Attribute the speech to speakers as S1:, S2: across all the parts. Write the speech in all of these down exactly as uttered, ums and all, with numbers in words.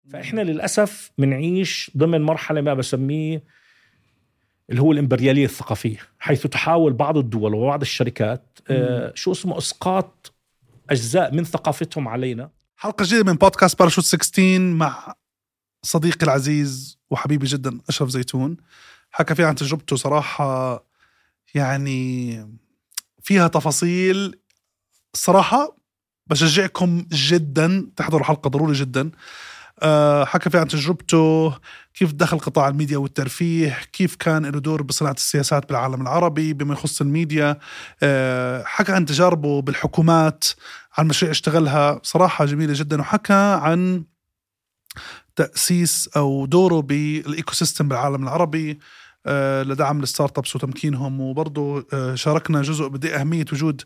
S1: فإحنا للأسف منعيش ضمن مرحلة ما بسميه اللي هو الإمبريالية الثقافية، حيث تحاول بعض الدول وبعض الشركات آه شو اسمه إسقاط أجزاء من ثقافتهم علينا.
S2: حلقة جديدة من بودكاست باراشوت ستة عشر مع صديقي العزيز وحبيبي جدا أشرف زيتون. حكى فيها عن تجربته صراحة، يعني فيها تفاصيل صراحة بشجعكم جدا تحضروا الحلقة، ضروري جدا. أه حكى فيها عن تجربته، كيف دخل قطاع الميديا والترفيه، كيف كان له دور بصناعة السياسات بالعالم العربي بما يخص الميديا. أه حكى عن تجاربه بالحكومات، عن مشاريع اشتغلها صراحة جميلة جدا، وحكى عن تأسيس أو دوره بالإيكو سيستم بالعالم العربي أه لدعم الستارت ابس وتمكينهم. وبرضه أه شاركنا جزء بدي أهمية وجود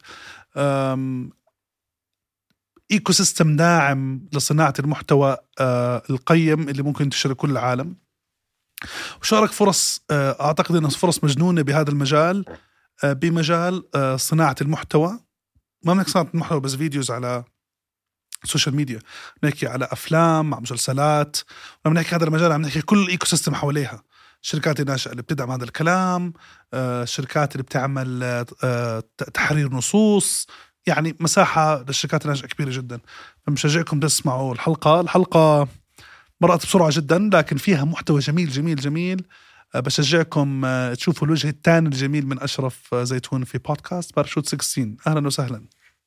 S2: إيكو سيستم داعم لصناعة المحتوى آه القيم اللي ممكن ينتشر كل العالم. وشارك فرص آه أعتقد أنها فرص مجنونة بهذا المجال، آه بمجال آه صناعة المحتوى. ما بنحكي صناعة المحتوى بس فيديوز على السوشيال ميديا، بنحكي على أفلام، مع مسلسلات. لما بنحكي هذا المجال عم نحكي كل الإيكو سيستم حواليها، الشركات الناشئة اللي بتدعم هذا الكلام، آه الشركات اللي بتعمل آه تحرير نصوص، يعني مساحة للشركات الناشئة كبيرة جدا. فمشجعكم تسمعوا الحلقة. الحلقة مرقت بسرعة جدا لكن فيها محتوى جميل جميل جميل. بشجعكم تشوفوا الوجه الثاني الجميل من أشرف زيتون في بودكاست باراشوت ستة عشر. أهلا وسهلا.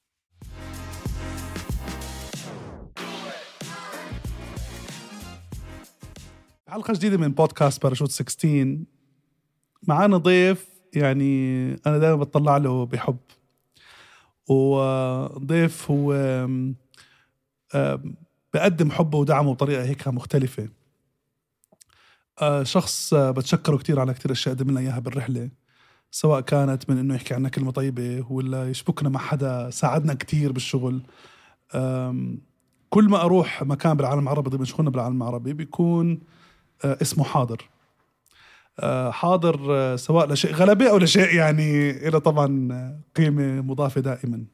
S2: حلقة جديدة من بودكاست باراشوت ستة عشر. معانا ضيف يعني أنا دائما بتطلع له بحب، وضيف هو بقدم حبه ودعمه بطريقة هيك مختلفة. شخص بتشكره كتير على كتير أشياء قدم لنا إياها بالرحلة، سواء كانت من إنه يحكي عنا كلمة طيبة ولا يشبكنا مع حدا ساعدنا كتير بالشغل. كل ما أروح مكان بالعالم العربي ضمن شغلنا بالعالم العربي بيكون اسمه حاضر. حاضر سواء لشيء غلبة أو لشيء يعني إلى طبعا قيمة مضافة دائما.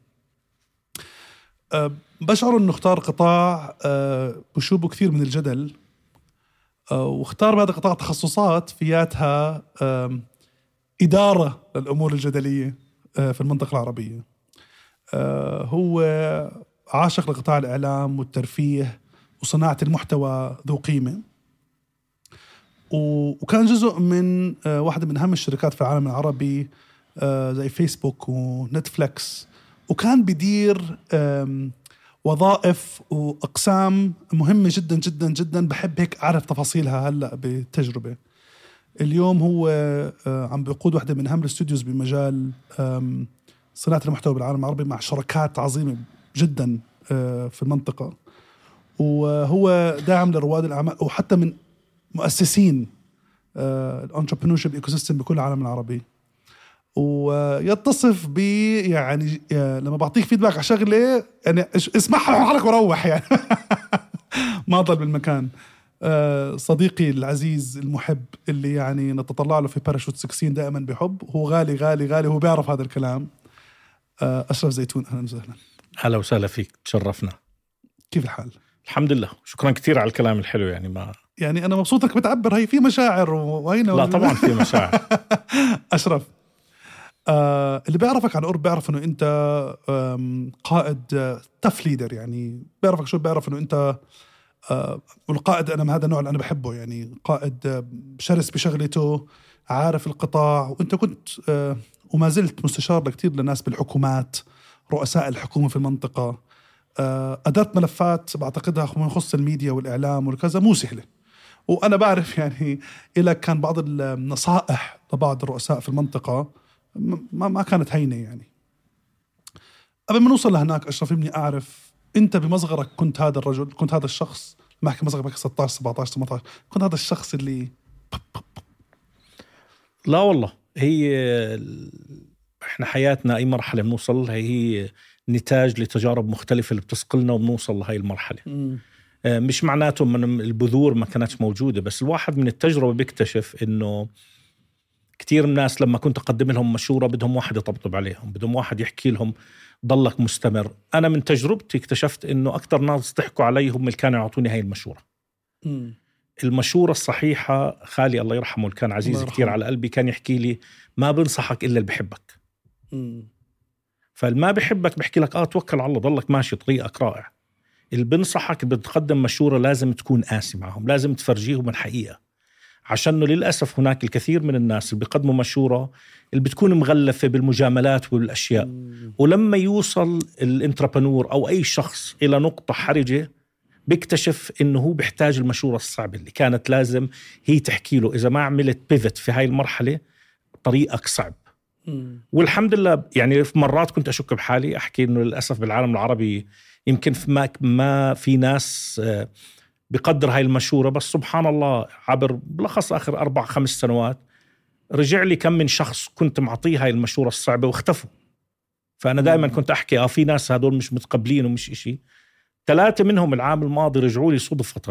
S2: أه بشعر أنه اختار قطاع أه بشوبه كثير من الجدل، أه واختار بهذا القطاع تخصصات فياتها أه إدارة للأمور الجدلية أه في المنطقة العربية. أه هو عاشق لقطاع الإعلام والترفيه وصناعة المحتوى ذو قيمة، وكان جزء من أه واحدة من أهم الشركات في العالم العربي أه زي فيسبوك ونتفليكس، وكان بدير وظائف وأقسام مهمة جدا جدا جدا. بحب هيك أعرف تفاصيلها هلأ بالتجربة. اليوم هو عم بيقود واحدة من أهم الاستوديوز بمجال صناعة المحتوى بالعالم العربي مع شركات عظيمة جدا في المنطقة، وهو داعم لرواد الأعمال وحتى من مؤسسين الانتربرينورشيب ايكو سيستم بكل العالم العربي. ويتصف ب يعني لما بعطيك فيدباك على شغله يعني اسمعها وحلك وروح يعني ما ضل بالمكان. صديقي العزيز المحب اللي يعني نتطلع له في باراشوت ستة عشر دائما بحب، هو غالي غالي غالي، هو بيعرف هذا الكلام. أشرف زيتون، أهلا وسهلا.
S1: هلا وسهلا فيك، تشرفنا.
S2: كيف الحال؟
S1: الحمد لله، شكرا كثير على الكلام الحلو. يعني ما
S2: يعني أنا مبسوطك بتعبر، هي في مشاعر وين؟
S1: لا طبعا في مشاعر.
S2: أشرف، آه اللي بيعرفك عن قرب بيعرف انه انت قائد تف ليدر، يعني بيعرفك شو بيعرف انه انت آه والقائد انا من هذا النوع اللي انا بحبه، يعني قائد شرس بشغلته، عارف القطاع. وانت كنت آه وما زلت مستشار لكتير للناس بالحكومات، رؤساء الحكومة في المنطقة. آه أدرت ملفات بعتقدها يخص الميديا والإعلام والكذا مو سهلة، وأنا بعرف يعني إلى كان بعض النصائح لبعض الرؤساء في المنطقة ما ما كانت هينة. يعني قبل ما نوصل لهناك أشرف، مني أعرف أنت بمصغرك كنت هذا الرجل، كنت هذا الشخص، ما أحكي مصغرك ستة عشر سبعة عشر ثمانية عشر، كنت هذا الشخص اللي
S1: لا والله. هي إحنا حياتنا أي مرحلة بنوصل هي نتاج لتجارب مختلفة اللي بتسقلنا وبنوصل لهاي المرحلة. م. مش معناته من البذور ما كانتش موجودة، بس الواحد من التجربة بيكتشف إنه كتير الناس لما كنت أقدم لهم مشورة بدهم واحد يطبطب عليهم، بدهم واحد يحكي لهم ضلك مستمر. أنا من تجربتي اكتشفت إنه أكتر ناس ضحكوا علي هم اللي كانوا يعطوني هاي المشورة.
S2: م.
S1: المشورة الصحيحة، خالي الله يرحمه اللي كان عزيز كتير على قلبي كان يحكي لي ما بنصحك إلا اللي بحبك.
S2: م.
S1: فالما بحبك بحكي لك آه توكل على الله ضلك ماشي طريقك رائع. اللي بنصحك بتقدم مشورة لازم تكون قاسي معهم، لازم تفرجيهم الحقيقة، عشان للأسف هناك الكثير من الناس اللي بيقدموا مشورة اللي بتكون مغلفة بالمجاملات والأشياء. م. ولما يوصل الانتربرنور أو أي شخص إلى نقطة حرجة بيكتشف إنه هو بيحتاج المشورة الصعبة اللي كانت لازم هي تحكي له إذا ما عملت بيفت في هاي المرحلة طريقك صعب.
S2: م.
S1: والحمد لله يعني في مرات كنت أشك بحالي أحكي إنه للأسف بالعالم العربي يمكن في ما, ما في ناس بقدر هاي المشورة، بس سبحان الله عبر بلخص آخر أربع خمس سنوات رجع لي كم من شخص كنت معطيه هاي المشورة الصعبة واختفوا. فأنا دائما كنت أحكي آه في ناس هدول مش متقبلين ومش إشي. ثلاثة منهم العام الماضي رجعوا لي صدفة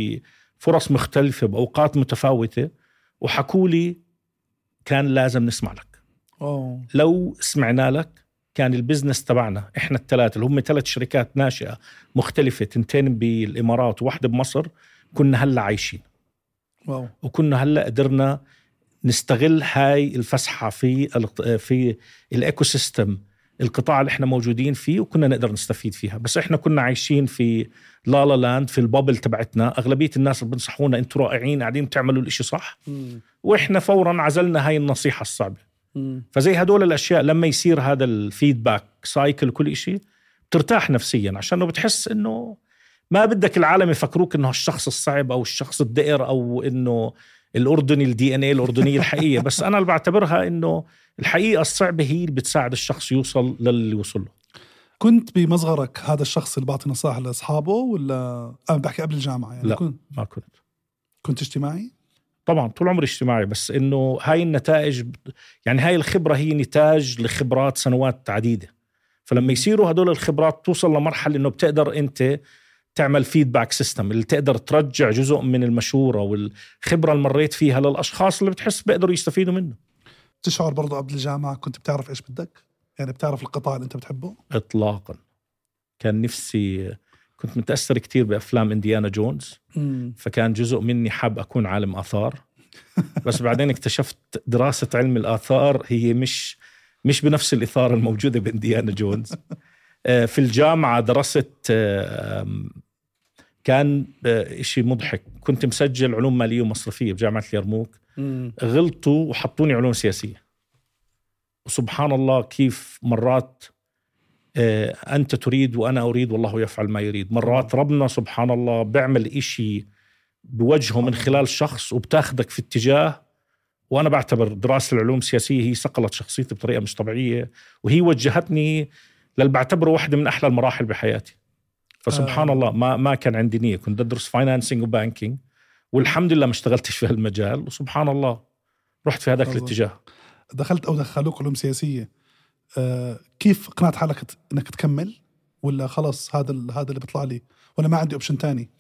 S1: بفرص مختلفة بأوقات متفاوتة وحكوا لي كان لازم نسمع لك.
S2: أوه.
S1: لو سمعنا لك كان البزنس تبعنا إحنا الثلاثة اللي هم ثلاث شركات ناشئة مختلفة، تنتين بالإمارات وواحدة بمصر، كنا هلأ عايشين.
S2: واو.
S1: وكنا هلأ قدرنا نستغل هاي الفسحة في في الإيكو سيستم القطاع اللي إحنا موجودين فيه، وكنا نقدر نستفيد فيها. بس إحنا كنا عايشين في لا لا لاند، في البابل تبعتنا. أغلبية الناس اللي بنصحونا أنتوا رائعين قاعدين تعملوا الإشي صح،
S2: م.
S1: وإحنا فورا عزلنا هاي النصيحة الصعبة.
S2: م.
S1: فزي هدول الأشياء لما يصير هذا الفيدباك سايكل كل إشي بترتاح نفسيا، عشانه بتحس إنه ما بدك العالم يفكروك إنه الشخص الصعب أو الشخص الدئر أو إنه الأردني الدي ان اي الأردنية الحقيقية. بس أنا اللي بعتبرها إنه الحقيقة الصعبة هي اللي بتساعد الشخص يوصل للي وصل له.
S2: كنت بمصغرك هذا الشخص اللي بعطي نصائح لأصحابه ولا أنا بحكي قبل الجامعة يعني؟
S1: لا
S2: كنت
S1: ما كنت.
S2: كنت اجتماعي؟
S1: طبعا طول عمري اجتماعي، بس إنه هاي النتائج يعني هاي الخبرة هي نتاج لخبرات سنوات عديدة. فلما يصيروا هدول الخبرات توصل لمرحلة إنه بتقدر أنت تعمل فيدباك سيستم اللي تقدر ترجع جزء من المشورة والخبرة اللي مريت فيها للأشخاص اللي بتحس بيقدروا يستفيدوا منه.
S2: تشعر برضو قبل الجامعة كنت بتعرف إيش بدك؟ يعني بتعرف القطاع اللي أنت بتحبه؟
S1: إطلاقا. كان نفسي، كنت متأثر كتير بأفلام إنديانا جونز،
S2: م.
S1: فكان جزء مني حاب أكون عالم آثار. بس بعدين اكتشفت دراسة علم الآثار هي مش مش بنفس الإثارة الموجودة بإنديانا جونز. في الجامعة درست، كان إشي مضحك، كنت مسجل علوم مالية ومصرفية بجامعة اليرموك، غلطوا وحطوني علوم سياسية. وسبحان الله كيف مرات أنت تريد وأنا أريد والله يفعل ما يريد. مرات ربنا سبحان الله بيعمل إشي بوجهه من خلال شخص وبتاخدك في اتجاه. وأنا بعتبر دراسة العلوم السياسية هي صقلت شخصيتي بطريقة مش طبيعية، وهي وجهتني للي بعتبره واحدة من أحلى المراحل بحياتي. فسبحان آه. الله ما ما كان عندي نية، كنت أدرس فاينانسينج وبانكينج والحمد لله ما اشتغلتش في هالمجال، وسبحان الله رحت في هذاك الاتجاه.
S2: دخلت أو دخلوك علوم سياسية، آه كيف قنعت حالك إنك تكمل ولا خلاص هذا هذا اللي بيطلع لي ولا ما عندي أوبشن تاني؟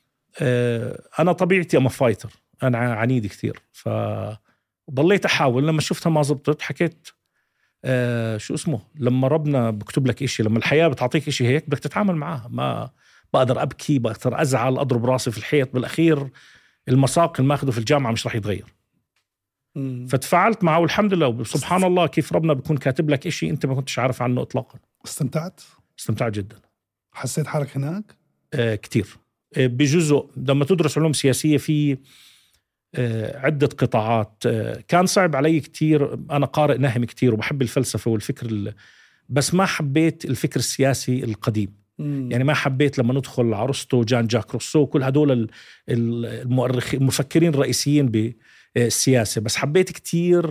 S1: آه أنا طبيعتي أما فايتر، أنا عنيد كثير، فضليت أحاول. لما شفتها ما زبطت حكيت آه شو اسمه، لما ربنا بكتب لك إشي، لما الحياة بتعطيك إشي هيك بدك تتعامل معاه. ما بقدر أبكي، بقدر أزعل، أضرب راسي في الحيط، بالأخير المساق اللي ماخده في الجامعة مش رح يتغير.
S2: مم.
S1: فتفاعلت معه والحمد لله. سبحان الله كيف ربنا بيكون كاتب لك إشي أنت ما كنتش عارف عنه إطلاقا.
S2: استمتعت؟
S1: استمتعت جدا.
S2: حسيت حالك هناك؟
S1: آه كتير. آه بجزء لما تدرس علوم سياسية في آه عدة قطاعات، آه كان صعب علي كتير. أنا قارئ نهم كتير وبحب الفلسفة والفكر، بس ما حبيت الفكر السياسي القديم.
S2: مم.
S1: يعني ما حبيت لما ندخل أرسطو، جان جاك روسو، كل هدول المؤرخين المفكرين الرئيسيين بالسياسة. بس حبيت كتير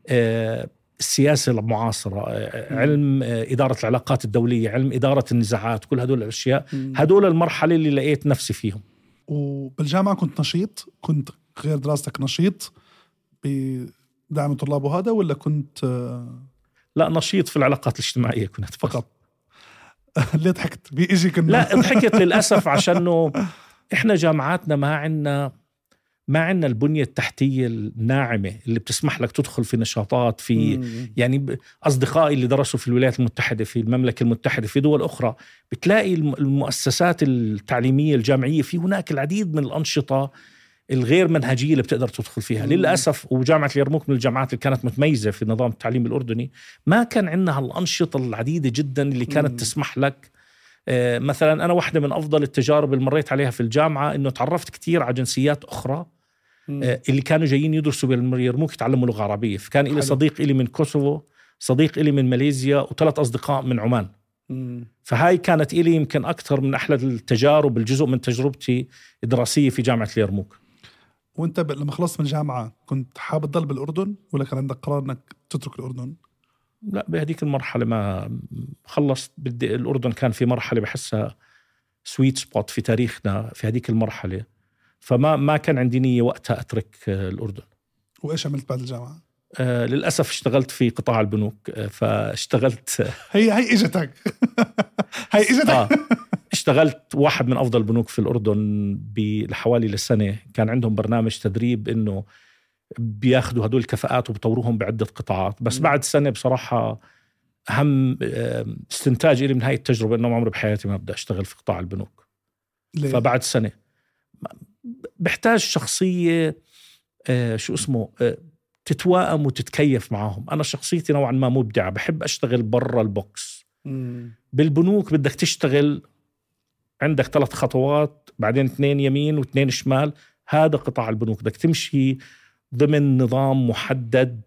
S1: السياسة المعاصرة، علم إدارة العلاقات الدولية، علم إدارة النزاعات، كل هدول الأشياء. هدول المرحلة اللي لقيت نفسي فيهم.
S2: وبالجامعة كنت نشيط؟ كنت غير دراستك نشيط بدعم الطلاب وهذا، ولا كنت
S1: لا نشيط في العلاقات الاجتماعية كنت فقط.
S2: ليه ضحكت؟ بيجي كنا
S1: لا ضحكت للأسف عشانه إحنا جامعاتنا ما عنا ما عندنا البنية التحتية الناعمة اللي بتسمح لك تدخل في نشاطات في
S2: مم.
S1: يعني أصدقائي اللي درسوا في الولايات المتحدة، في المملكة المتحدة، في دول أخرى، بتلاقي المؤسسات التعليمية الجامعية في هناك العديد من الأنشطة الغير منهجية اللي بتقدر تدخل فيها. مم. للأسف وجامعة اليرموك من الجامعات اللي كانت متميزة في نظام التعليم الأردني، ما كان عندنا هالأنشطة العديدة جدا اللي كانت
S2: مم.
S1: تسمح لك. آه مثلا أنا واحدة من أفضل التجارب اللي مريت عليها في الجامعة إنه تعرفت كتير على جنسيات أخرى آه اللي كانوا جايين يدرسوا باليرموك يتعلموا لغة عربية. فكان إلي صديق إلي من كوسوفو، صديق إلي من ماليزيا، وثلاث أصدقاء من عمان. مم. فهاي كانت إلي يمكن أكثر من أحلى التجارب، الجزء من تجربتي الدراسية في جامعة اليرموك.
S2: وانت لما خلصت من الجامعة كنت حابب تضل بالأردن ولا كان عندك قرار انك تترك الأردن؟
S1: لا، بهديك المرحلة ما خلصت بدي الأردن، كان في مرحلة بحسها سويت سبوت في تاريخنا في هديك المرحلة، فما ما كان عندي نية وقتها أترك الأردن.
S2: وإيش عملت بعد الجامعة؟
S1: آه للأسف اشتغلت في قطاع البنوك. آه فاشتغلت
S2: هي هي إجتك هي إجتك
S1: آه اشتغلت واحد من أفضل البنوك في الأردن بحوالي لسنة. كان عندهم برنامج تدريب إنه بياخدوا هدول الكفاءات وبطوروهم بعدة قطاعات. بس م. بعد سنة بصراحة أهم استنتاج لي من هاي التجربة إنه عمري بحياتي ما بدأ أشتغل في قطاع البنوك. ليه؟ فبعد سنة بحتاج شخصية آه شو اسمه آه تتوائم وتتكيف معهم. أنا شخصيتي نوعا ما مبدعة، بحب أشتغل برا البوكس. م. بالبنوك بدك تشتغل عندك ثلاث خطوات، بعدين اثنين يمين واثنين شمال. هذا قطاع البنوك، بدك تمشي ضمن نظام محدد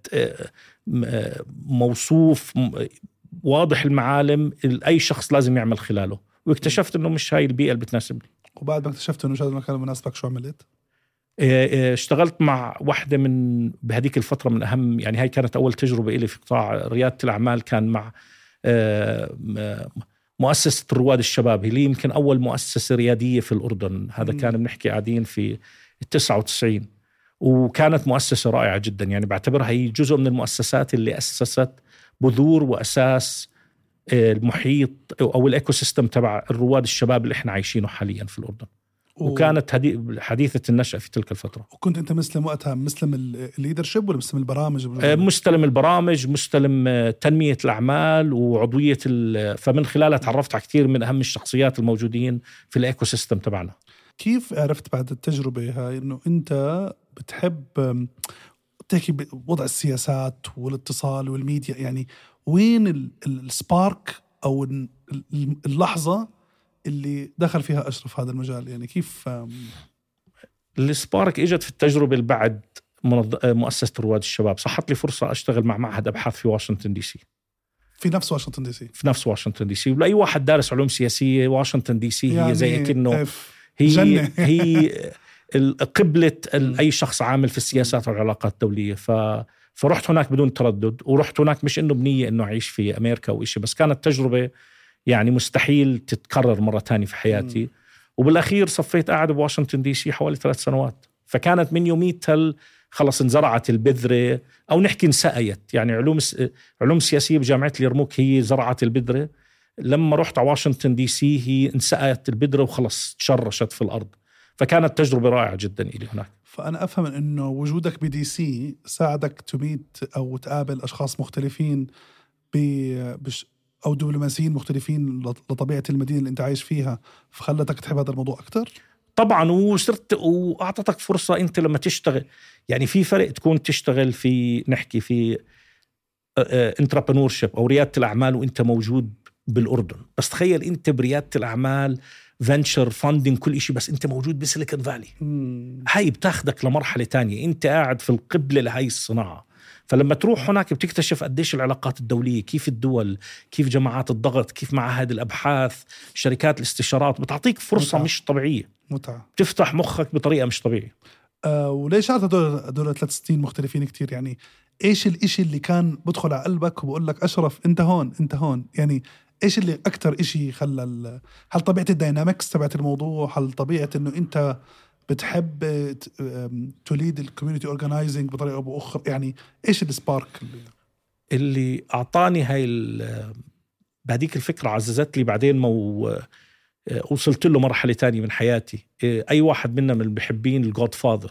S1: موصوف واضح المعالم، أي شخص لازم يعمل خلاله. واكتشفت أنه مش هاي البيئة اللي بتناسبني.
S2: وبعد ما اكتشفت أنه مش هذا المكان المناسبك شو عملت؟
S1: اشتغلت مع واحدة من بهديك الفترة من أهم يعني هاي كانت أول تجربة إلي في قطاع ريادة الأعمال. كان مع مؤسسة رواد الشباب، اللي يمكن أول مؤسسة ريادية في الأردن. هذا م. كان بنحكي قاعدين في التسعة وتسعين، وكانت مؤسسة رائعة جدا. يعني بعتبرها هي جزء من المؤسسات اللي أسست بذور وأساس المحيط أو الإيكو سيستم تبع الرواد الشباب اللي إحنا عايشينه حاليا في الأردن. و... وكانت حديثة النشأة في تلك الفترة.
S2: وكنت أنت مسلم وقتها مسلم الليدرشيب ولا مسلم البرامج؟
S1: مستلم البرامج، مستلم تنمية الأعمال وعضوية ال... فمن خلالها تعرفت على كثير من أهم الشخصيات الموجودين في الإيكو سيستم تبعنا.
S2: كيف عرفت بعد التجربة هاي إنه أنت بتحب تحكي بوضع السياسات والاتصال والميديا؟ يعني وين السبارك أو اللحظة اللي دخل فيها أشرف هذا المجال؟ يعني كيف
S1: السبارك إجت في التجربة اللي بعد مؤسسة رواد الشباب. صحت لي فرصة أشتغل مع معهد أبحاث في واشنطن دي سي.
S2: في نفس واشنطن دي سي
S1: في نفس واشنطن دي سي ولأي واحد دارس علوم سياسية واشنطن دي سي
S2: يعني
S1: هي زي كأنه هي
S2: جنة.
S1: هي قبلة أي شخص عامل في السياسات والعلاقات الدولية. ف فرحت هناك بدون تردد، ورحت هناك مش إنه بنية إنه أعيش في أمريكا أو إشي، بس كانت تجربة يعني مستحيل تتكرر مرة تانية في حياتي. م. وبالأخير صفيت قاعد بواشنطن دي سي حوالي ثلاث سنوات. فكانت من يوميتها خلص انزرعت البذرة، أو نحكي انسقيت. يعني علوم علوم سياسية بجامعة اليرموك هي زرعت البذرة. لما رحت على واشنطن دي سي هي انسقيت البذرة وخلص تشرشت في الأرض. فكانت تجربة رائعة جدا إلي هناك.
S2: فأنا أفهم أنه وجودك بدي سي ساعدك تميت أو تقابل أشخاص مختلفين بش أو دبلوماسيين مختلفين لطبيعة المدينة اللي أنت عايش فيها، فخلتك تحب هذا الموضوع أكتر؟
S1: طبعا، وصرت وأعطتك فرصة أنت لما تشتغل. يعني في فرق تكون تشتغل في نحكي في انتربرنورشيب أو ريادة الأعمال وأنت موجود بالأردن. بس تخيل أنت بريادة الأعمال فنشر فاندنج كل إشي، بس أنت موجود بسيليكون فالي. هاي بتاخدك لمرحلة تانية، أنت قاعد في القبلة لهاي الصناعة. فلما تروح هناك بتكتشف قديش العلاقات الدولية، كيف الدول، كيف جماعات الضغط، كيف معاهد الأبحاث، شركات الاستشارات. بتعطيك فرصة متعة. مش طبيعية،
S2: متعة.
S1: تفتح مخك بطريقة مش طبيعية.
S2: أه وليش هذا دول دول ثلاث سنين مختلفين كتير؟ يعني إيش الإشي اللي كان بدخل على قلبك وبقول لك أشرف أنت هون أنت هون؟ يعني إيش اللي أكتر إشي خلى؟ هل طبيعة الدينامكس تبعت الموضوع؟ هل طبيعة إنه أنت بتحب توليد الكوميونيتي أورجانايزنج بطريقة أو بأخرى؟ يعني إيش السبارك اللي,
S1: اللي أعطاني هاي بهديك الفكرة؟ عززت لي بعدين مو وصلت له مرحلة تانية من حياتي. أي واحد منا من المحبين الجود فاذر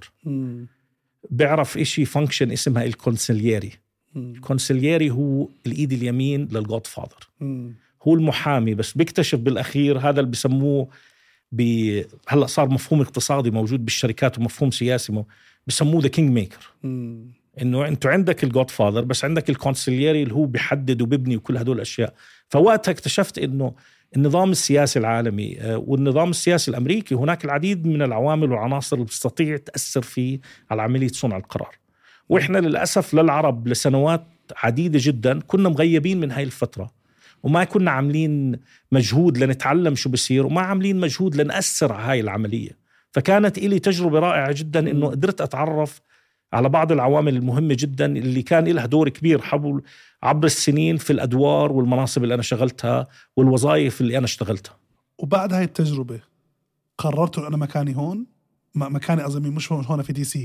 S1: بيعرف إشي فانكشن اسمها الكونسيلياري. الكونسيلياري هو الإيد اليمين للجود فاذر، هو المحامي. بس بيكتشف بالأخير هذا اللي بسموه ب... هلأ صار مفهوم اقتصادي موجود بالشركات ومفهوم سياسي بسموه ذا كينج ميكر. إنه أنتوا عندك الجود فاذر بس عندك الكونسيلياري اللي هو بيحدد وبيبني وكل هدول الأشياء. فوقتها اكتشفت إنه النظام السياسي العالمي والنظام السياسي الأمريكي هناك العديد من العوامل والعناصر اللي بتستطيع تأثر فيه على عملية صنع القرار. وإحنا للأسف للعرب لسنوات عديدة جدا كنا مغيبين من هاي الفترة، وما كنا عاملين مجهود لنتعلم شو بصير، وما عاملين مجهود لنأثر على هاي العملية. فكانت إلي تجربة رائعة جدا إنه قدرت أتعرف على بعض العوامل المهمة جدا اللي كان لها دور كبير حول عبر السنين في الأدوار والمناصب اللي أنا شغلتها والوظائف اللي أنا اشتغلتها.
S2: وبعد هاي التجربة قررت أنا مكاني هون، مكاني أظمي مش هون في دي سي،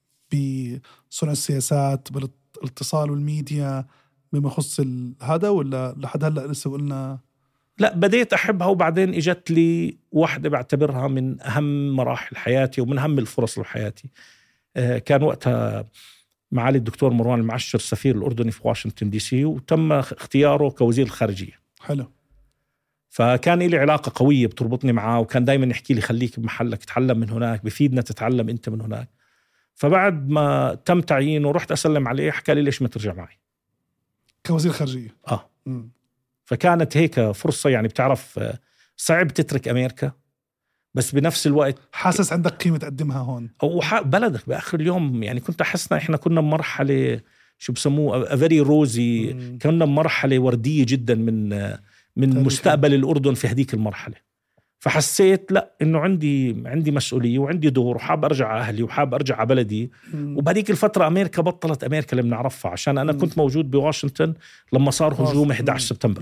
S2: بصنع السياسات بالاتصال والميديا بما يخص هذا، ولا لحد هلأ لسه قلنا؟
S1: لا، بديت أحبها وبعدين إجت لي واحدة بعتبرها من أهم مراحل حياتي ومن أهم الفرص لحياتي. كان وقتها معالي الدكتور مروان المعشر سفير الأردني في واشنطن دي سي، وتم اختياره كوزير الخارجية.
S2: حلو.
S1: فكان لي علاقة قوية بتربطني معاه، وكان دايما يحكي لي خليك بمحلك، تتعلم من هناك، بفيدنا تتعلم أنت من هناك. فبعد ما تم تعيينه ورحت أسلم عليه، حكى لي ليش ما ترجع معي
S2: كوزير خارجية.
S1: آه م. فكانت هيك فرصة، يعني بتعرف صعب تترك أمريكا بس بنفس الوقت
S2: حاسس عندك قيمة تقدمها هون
S1: أو بلدك بآخر اليوم. يعني كنت أحسنا إحنا كنا بمرحلة شو بسموه أفري روزي، كنا بمرحلة وردية جدا من من مستقبل الأردن في هذيك المرحلة. فحسيت لا إنه عندي عندي مسؤولية وعندي دور، وحاب أرجع أهلي وحاب أرجع على بلدي. وبهذيك الفترة أمريكا بطلت أمريكا اللي بنعرفها، عشان أنا كنت موجود بواشنطن لما صار هجوم إحدى عشر سبتمبر.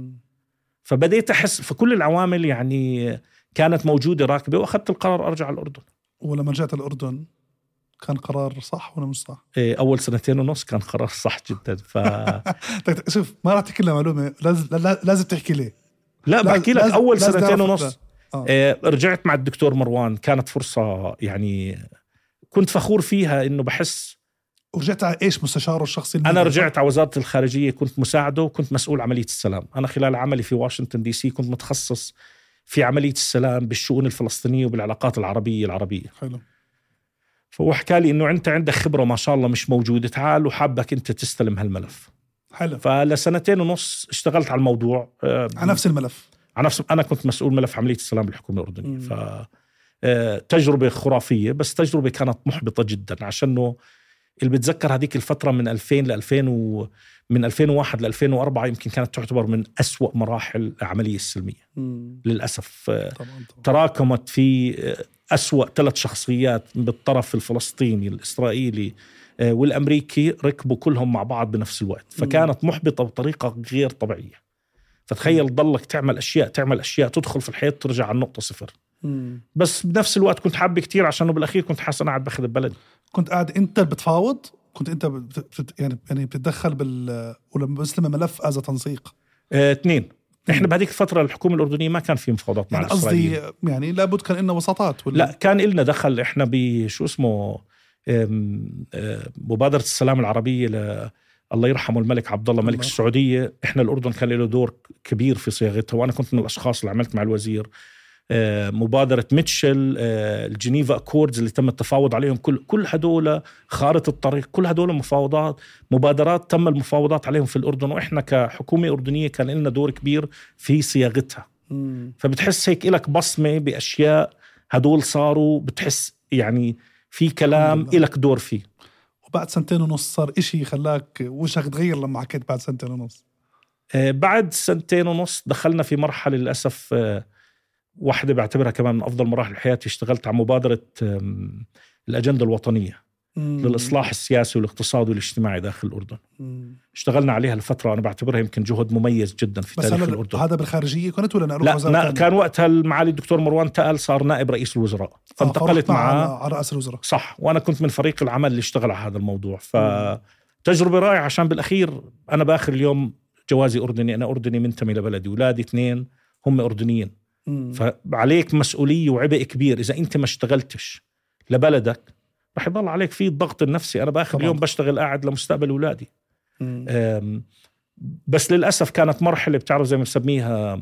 S1: فبديت أحس في كل العوامل يعني كانت موجودة راكبة، وأخذت القرار أرجع الأردن.
S2: ولما رجعت الأردن كان قرار صح ولا مش صح؟
S1: إيه، أول سنتين ونص كان قرار صح جدا. ف
S2: شوف، ما راح تحكي لنا معلومة، لازم لازم تحكي ليه.
S1: لا بحكي لك أول سنتين ونص آه. إيه، رجعت مع الدكتور مروان، كانت فرصة يعني كنت فخور فيها، إنه بحس.
S2: ورجعت على إيش مستشاره الشخصي؟
S1: أنا رجعت على وزارة الخارجية، كنت مساعده وكنت مسؤول عملية السلام. أنا خلال عملي في واشنطن دي سي كنت متخصص في عملية السلام بالشؤون الفلسطينية وبالعلاقات العربية العربية.
S2: حلو.
S1: فهو حكى لي إنه أنت عندك خبرة ما شاء الله مش موجودة، تعال وحابك أنت تستلم هالملف.
S2: حلو.
S1: فلسنتين ونص اشتغلت على الموضوع،
S2: على نفس الملف.
S1: على نفس أنا كنت مسؤول ملف عملية السلام بالحكومة الأردنية. ف تجربة خرافية، بس تجربة كانت محبطة جدا، عشانه اللي بتذكر هذيك الفترة من ألفين ل ألفين و من ألفين وواحد ل ألفين وأربعة يمكن كانت تعتبر من أسوأ مراحل العملية السلمية. مم. للأسف طبعاً طبعاً. تراكمت في أسوأ ثلاث شخصيات بالطرف الفلسطيني الإسرائيلي والأمريكي، ركبوا كلهم مع بعض بنفس الوقت. فكانت محبطة بطريقة غير طبيعية. فتخيل ضلك تعمل أشياء تعمل أشياء تدخل في الحياة ترجع على النقطة صفر. مم. بس بنفس الوقت كنت حابة كتير، عشانه بالأخير كنت حاسس أنا قاعد بأخذ البلد.
S2: كنت قاعد أنت بتفاوض، كنت أنت بت... يعني يعني بتتدخل بال ولما بسلم ملف أزا تنسيق
S1: اه اثنين. إحنا بهذيك الفترة الحكومة الأردنية ما كان في مفاوضات مع
S2: يعني الإسرائيليين. قصدي يعني لابد كان لنا وساطات ولا؟
S1: لا، كان إلنا دخل. إحنا بشو اسمه مبادرة السلام العربية ل الله يرحمه الملك عبد الله ملك السعودية. إحنا الأردن كان له دور كبير في صياغتها، وأنا كنت من الأشخاص اللي عملت مع الوزير مبادرة ميتشل، الجنيفا أكوردز اللي تم التفاوض عليهم. كل كل هدول خارطة الطريق، كل هدول مفاوضات مبادرات تم المفاوضات عليهم في الأردن، وإحنا كحكومة أردنية كان لنا دور كبير في صياغتها. مم. فبتحس هيك إلك بصمة بأشياء هدول صاروا، بتحس يعني في كلام إلك دور فيه.
S2: وبعد سنتين ونص صار إشي خلاك وشك تغير لما حكيت بعد سنتين ونص؟
S1: آه بعد سنتين ونص دخلنا في مرحلة للأسف آه واحدة بعتبرها كمان من أفضل مراحل حياتي. اشتغلت على مبادرة الأجندة الوطنية مم. للإصلاح السياسي والاقتصادي والاجتماعي داخل الأردن. مم. اشتغلنا عليها الفترة، أنا بعتبرها يمكن جهد مميز جدا في تاريخ الأردن.
S2: هذا بالخارجية كنت ولا
S1: لا, لا كان وقتها المعالي الدكتور مروان تقال صار نائب رئيس الوزراء، فانتقلت معه
S2: على رئيس الوزراء.
S1: صح، وأنا كنت من فريق العمل اللي اشتغل على هذا الموضوع. فتجربة رائعة، عشان بالأخير أنا بآخر اليوم جوازي أردني، أنا أردني منتمي لبلدي، أولادي اثنين هم أردنيين.
S2: مم.
S1: فعليك مسؤولية وعبء كبير. إذا أنت ما اشتغلتش لبلدك رح يضل عليك فيه الضغط النفسي. أنا بآخر اليوم بشتغل قاعد لمستقبل أولادي. بس للأسف كانت مرحلة بتعرف زي ما بسميها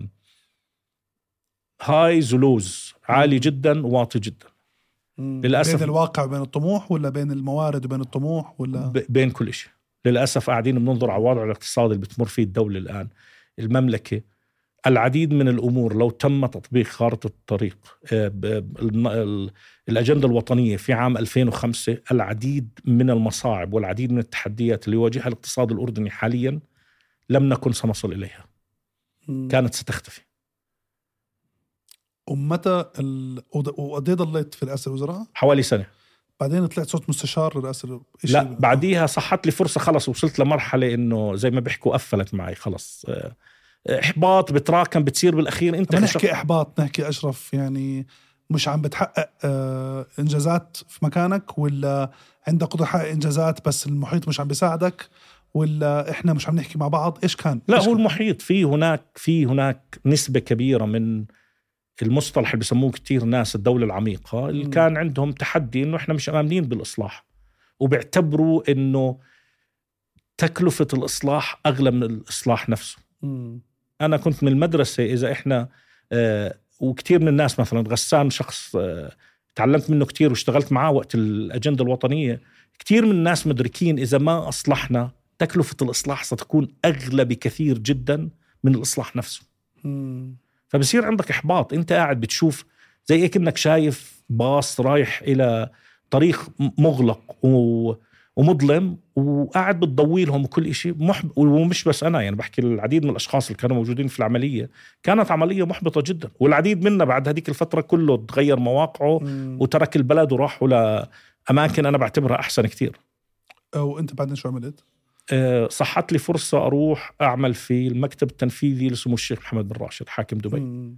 S1: هايز ولوز، عالي جدا وواطي جدا.
S2: للأسف بين الواقع وبين الطموح، ولا بين الموارد وبين الطموح، ولا
S1: بين كل شيء. للأسف قاعدين بننظر على الوضع الاقتصادي اللي بتمر فيه الدولة الآن، المملكة. العديد من الأمور لو تم تطبيق خارطة الطريق الأجندة الوطنية في عام ألفين وخمسة، العديد من المصاعب والعديد من التحديات اللي يواجهها الاقتصاد الأردني حاليا لم نكن سنصل إليها. م. كانت ستختفي.
S2: ومتى ال... وقديه ضليت في رئاسة الوزراء؟
S1: حوالي سنة.
S2: بعدين طلعت صوت مستشار رئاسة.
S1: لا بعديها صحت لي فرصة، خلص وصلت لمرحلة إنه زي ما بيحكوا قفلت معي خلص. إحباط بتراكم بتصير بالأخير. أنت
S2: نحكي إحباط، نحكي أشرف، يعني مش عم بتحقق آه إنجازات في مكانك، ولا عندك قدرة تحقق إنجازات بس المحيط مش عم بيساعدك، ولا إحنا مش عم نحكي مع بعض؟ إيش كان؟
S1: لا
S2: إيش
S1: هو
S2: كان؟
S1: المحيط في هناك في هناك نسبة كبيرة من المصطلح اللي بيسموه كتير ناس الدولة العميقة، اللي م. كان عندهم تحدي إنه إحنا مش آمنين بالإصلاح، وبيعتبروا إنه تكلفة الإصلاح أغلى من الإصلاح نفسه. م. أنا كنت من المدرسة، إذا إحنا آه وكتير من الناس، مثلا غسان شخص آه تعلمت منه كتير واشتغلت معاه وقت الأجندة الوطنية، كتير من الناس مدركين إذا ما أصلحنا تكلفة الإصلاح ستكون أغلى بكثير جدا من الإصلاح نفسه. م. فبصير عندك إحباط. أنت قاعد بتشوف زي إيه، كأنك شايف باص رايح إلى طريق مغلق ومظلم وقاعد بتضوي لهم وكل إشي محب... ومش بس أنا، يعني بحكي العديد من الأشخاص اللي كانوا موجودين في العملية، كانت عملية محبطة جدا. والعديد منا بعد هذيك الفترة كله تغير مواقعه م. وترك البلد وراحوا لأماكن أنا بعتبرها أحسن كتير.
S2: وأنت بعدين شو عملت؟
S1: صحت لي فرصة أروح أعمل في المكتب التنفيذي لسمو الشيخ محمد بن راشد حاكم دبي. م.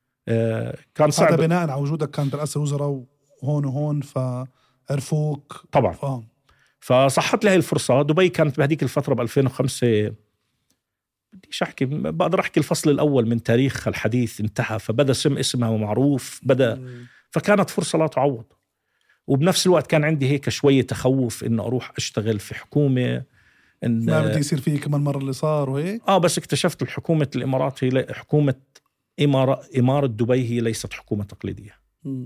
S1: كان صعب.
S2: هذا بناء على وجودك كان برئاسة الوزراء وهون وهون فعرفوك
S1: طبعا. فهم. فصحت لي هاي الفرصة. دبي كانت بهديك الفترة ب ألفين وخمسة، بديش أحكي، بقدر أحكي الفصل الأول من تاريخ الحديث انتهى، فبدأ سم اسمها ومعروف بدأ. م. فكانت فرصة لا تعوض. وبنفس الوقت كان عندي هيك شوية تخوف إنه أروح أشتغل في حكومة
S2: إن ما بدي يصير فيه كمان مرة اللي صار وهيك.
S1: آه بس اكتشفت الحكومة الإمارات هي حكومة إمارة إمارة دبي هي ليست حكومة تقليدية. م.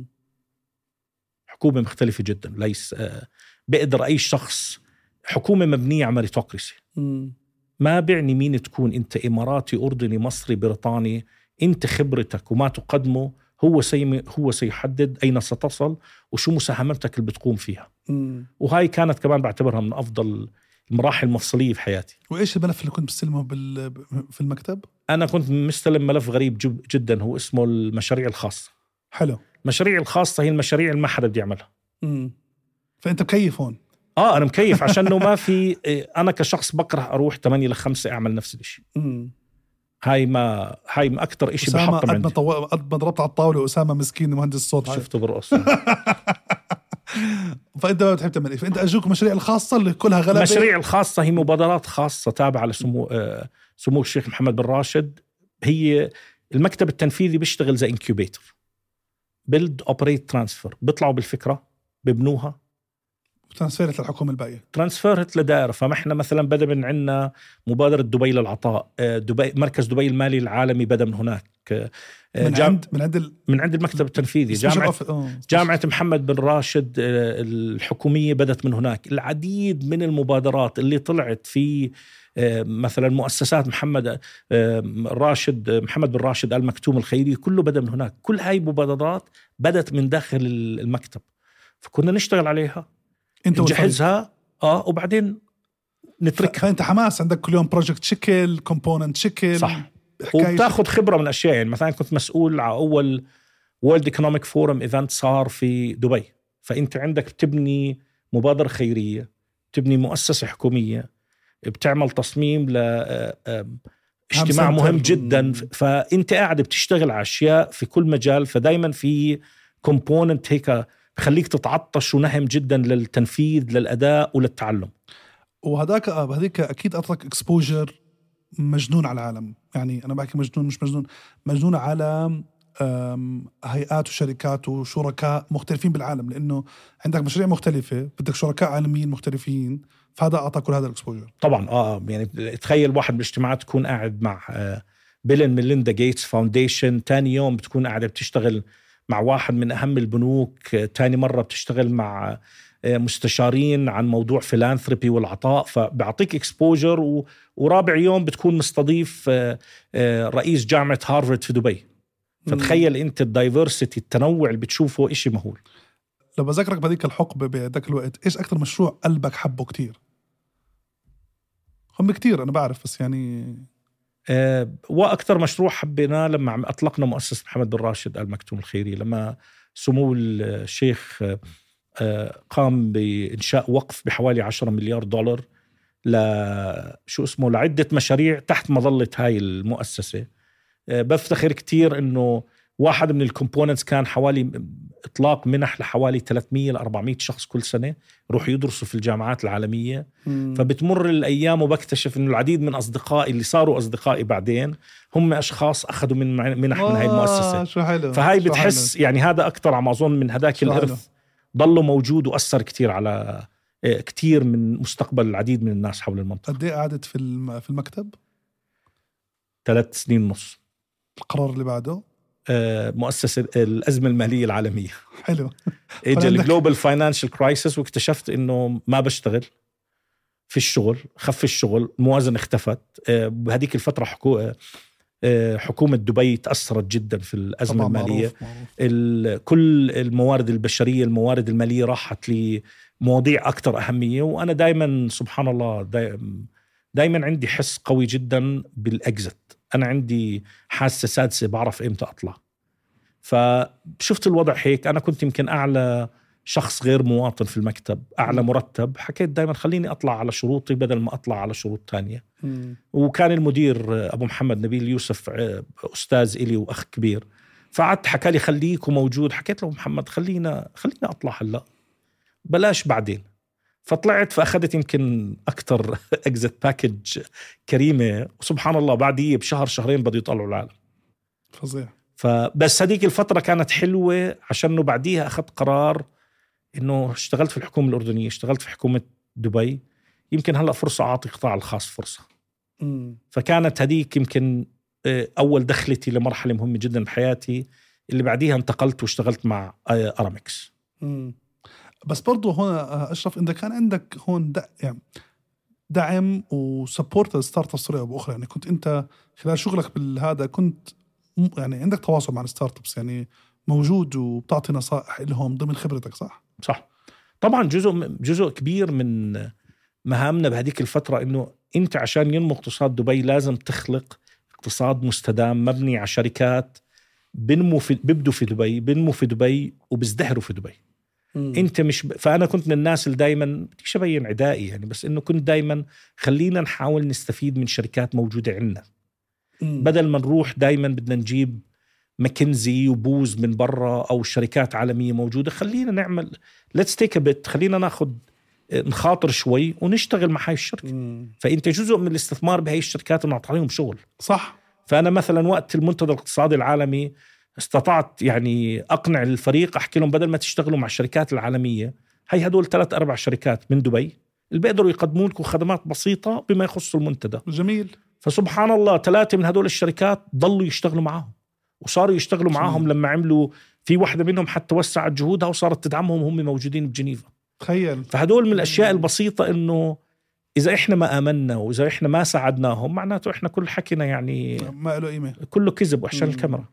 S1: حكومة مختلفة جدا. ليس آه بقدر أي شخص، حكومة مبنية على ميريتوكراسي. ما بعني مين تكون أنت، إماراتي، أردني، مصري، بريطاني، أنت خبرتك وما تقدمه هو سي هو سيحدد أين ستصل وشو مساهمتك اللي بتقوم فيها. م. وهاي كانت كمان بعتبرها من أفضل المراحل المفصلية في حياتي.
S2: وإيش الملف اللي كنت بستلمه في المكتب؟
S1: أنا كنت مستلم ملف غريب جدا، هو اسمه المشاريع الخاصة.
S2: حلو.
S1: المشاريع الخاصة هي المشاريع اللي ما حدا بدي يعملها.
S2: امم فأنت مكيف هون؟
S1: آه أنا مكيف عشانه ما في. أنا كشخص بكره أروح ثمانية لخمسة أعمل نفس الشيء. امم هاي ما هاي ما أكتر إشي بحطم عندي.
S2: قد ما قد ما ضربت على الطاولة أسامة مسكين مهندس الصوت
S1: شفته برقص.
S2: فأنت ما بتحب تعمل إيه؟ فأنت أجوك مشاريع الخاصة اللي كلها غلبة.
S1: مشاريع الخاصة هي مبادرات خاصة تابعة لسمو آه سمو الشيخ محمد بن راشد. هي المكتب التنفيذي بيشتغل زي إنكيوبيتر، بيلد أوبريت ترانسفير. بيطلعوا بالفكرة ببنوها
S2: ترانسفيرت للحكومة الباقية،
S1: ترانسفيرت لدائرة. فما إحنا مثلا بدأ من عندنا مبادرة دبي للعطاء، دبي مركز دبي المالي العالمي بدأ من هناك،
S2: من
S1: جام
S2: عند من عند ال...
S1: من عند المكتب التنفيذي. جامعة جامعة محمد بن راشد الحكومية بدأت من هناك. العديد من المبادرات اللي طلعت في مثلا مؤسسات محمد راشد محمد بن راشد المكتوم الخيري كله بدأ من هناك. كل هاي مبادرات بدأت من داخل المكتب، فكنا نشتغل عليها
S2: انت
S1: نجهزها اه وبعدين نتركها.
S2: فانت حماس عندك كل يوم بروجكت شكل، كومبوننت شكل،
S1: صح، وبتاخذ خبره من اشياء. يعني مثلا كنت مسؤول على اول وورلد ايكونوميك فورم ايفنت صار في دبي، فانت عندك بتبني مبادره خيريه، بتبني مؤسسه حكوميه، بتعمل تصميم ل اجتماع مهم جدا، فانت قاعد بتشتغل على اشياء في كل مجال. فدايما في كومبوننت هيك بخليك تتعطش ونهم جدا للتنفيذ للأداء وللتعلم.
S2: وهذاك هذيك أكيد أعطاك إكسبوجر مجنون على العالم. يعني أنا بحكي مجنون مش مجنون، مجنون على هيئات وشركات وشركاء مختلفين بالعالم، لأنه عندك مشاريع مختلفة، بدك شركاء عالميين مختلفين، فهذا أعطى كل هذا الإكسبوجر.
S1: طبعا اه يعني تخيل واحد بالاجتماعات تكون قاعد مع آه بيل اند ميليندا جيتس فاونديشن، تاني يوم بتكون قاعدة بتشتغل مع واحد من أهم البنوك، آه تاني مرة بتشتغل مع آه مستشارين عن موضوع فيلانثروبي والعطاء، فبيعطيك إكسبوجر. و... ورابع يوم بتكون مستضيف آه آه رئيس جامعة هارفارد في دبي. فتخيل انت الدايفرسيتي، التنوع اللي بتشوفه إشي مهول.
S2: لو بذكرك بهذيك الحقبة بهذاك الوقت، ايش اكثر مشروع قلبك حبه كتير؟ هم كتير انا بعرف، بس يعني
S1: أه واكثر مشروع حبيناه لما اطلقنا مؤسسة محمد بن راشد آل مكتوم الخيري، لما سمو الشيخ أه قام بإنشاء وقف بحوالي عشرة مليار دولار ل شو اسمه لعدة مشاريع تحت مظلة هاي المؤسسة. بفتخر كتير انه واحد من الكومبوننتس كان حوالي اطلاق منح لحوالي ثلاثمية إلى أربعمية شخص كل سنة يروح يدرسوا في الجامعات العالمية. مم. فبتمر الايام وبكتشف انه العديد من اصدقائي اللي صاروا اصدقائي بعدين هم اشخاص اخذوا من منح من هاي المؤسسة.
S2: شو حلو.
S1: فهاي
S2: شو
S1: بتحس حلو. يعني هذا اكثر عم اظن من هداك الارث ضله موجود واثر كتير على كتير من مستقبل العديد من الناس حول المنطقة.
S2: قد ايه قعدت في في المكتب؟
S1: ثلاث سنين ونص.
S2: القرار اللي بعده
S1: مؤسسة الأزمة المالية العالمية.
S2: حلو.
S1: اجى الجلوبال فاينانشال كرايسيس واكتشفت انه ما بشتغل في الشغل، خف الشغل، الموازنة اختفت. بهذيك الفترة حكو... حكومة دبي تأثرت جدا في الأزمة المالية. معروف. معروف. كل الموارد البشرية، الموارد المالية راحت لمواضيع أكثر أهمية. وأنا دايما سبحان الله دايما, دايما عندي حس قوي جدا بالأكزت. أنا عندي حاسة سادسة، بعرف إمتى أطلع. فشفت الوضع هيك، أنا كنت يمكن أعلى شخص غير مواطن في المكتب، أعلى مرتب، حكيت دايما خليني أطلع على شروطي بدل ما أطلع على شروط تانية. م. وكان المدير أبو محمد نبيل يوسف أستاذ إلي وأخ كبير، فقعدت حكى لي خليك وموجود. حكيت له محمد خلينا خلينا أطلع هلأ بلاش بعدين. فطلعت، فأخذت يمكن أكتر إكزت باكج كريمة، وسبحان الله بعديه بشهر شهرين بدوا يطلعوا العالم.
S2: فظيع.
S1: فبس هذيك الفترة كانت حلوة عشان بعديها أخذت قرار إنه اشتغلت في الحكومة الأردنية، اشتغلت في حكومة دبي، يمكن هلأ فرصة أعطي قطاع الخاص فرصة. م. فكانت هذيك يمكن أول دخلتي لمرحلة مهمة جدا بحياتي، اللي بعديها انتقلت واشتغلت مع أرامكس.
S2: م. بس برضو هون أشرف، إذا كان عندك هون دع يعني دعم وسبورت ستارت اب بطريقة أخرى، يعني كنت أنت خلال شغلك بالهذا كنت يعني عندك تواصل مع الستارت ابس، يعني موجود وبتعطي نصائح لهم ضمن خبرتك، صح؟
S1: صح طبعا. جزء جزء كبير من مهامنا بهذيك الفترة إنه أنت عشان ينمو اقتصاد دبي لازم تخلق اقتصاد مستدام مبني على شركات بنمو في بيبدوا في دبي، بنمو في دبي وبزدهروا في دبي. مم. انت مش ب... فانا كنت من الناس اللي دايما بديش ابين عدائي يعني، بس انه كنت دايما خلينا نحاول نستفيد من شركات موجوده عندنا، بدل ما نروح دايما بدنا نجيب ماكنزي وبوز من برا او شركات عالميه موجوده. خلينا نعمل ليتس تيك ا بيت، خلينا ناخذ نخاطر شوي ونشتغل مع هاي الشركه. مم. فانت جزء من الاستثمار بهاي الشركات انه نعطيهم شغل.
S2: صح.
S1: فانا مثلا وقت المنتدى الاقتصادي العالمي استطعت يعني أقنع الفريق، أحكي لهم بدل ما تشتغلوا مع الشركات العالمية، هاي هدول ثلاث أربع شركات من دبي اللي بيقدروا يقدمون لكم خدمات بسيطة بما يخص المنتدى.
S2: جميل.
S1: فسبحان الله ثلاثة من هدول الشركات ضلوا يشتغلوا معهم، وصاروا يشتغلوا جميل. معهم لما عملوا في واحدة منهم حتى وسعت جهودها وصارت تدعمهم وهم موجودين بجنيفا.
S2: تخيل.
S1: فهدول من الأشياء البسيطة إنه إذا إحنا ما آمنا وإذا إحنا ما ساعدناهم معناته إحنا كل حكينا يعني
S2: ما له قيمة،
S1: كله كذب عشان الكاميرا.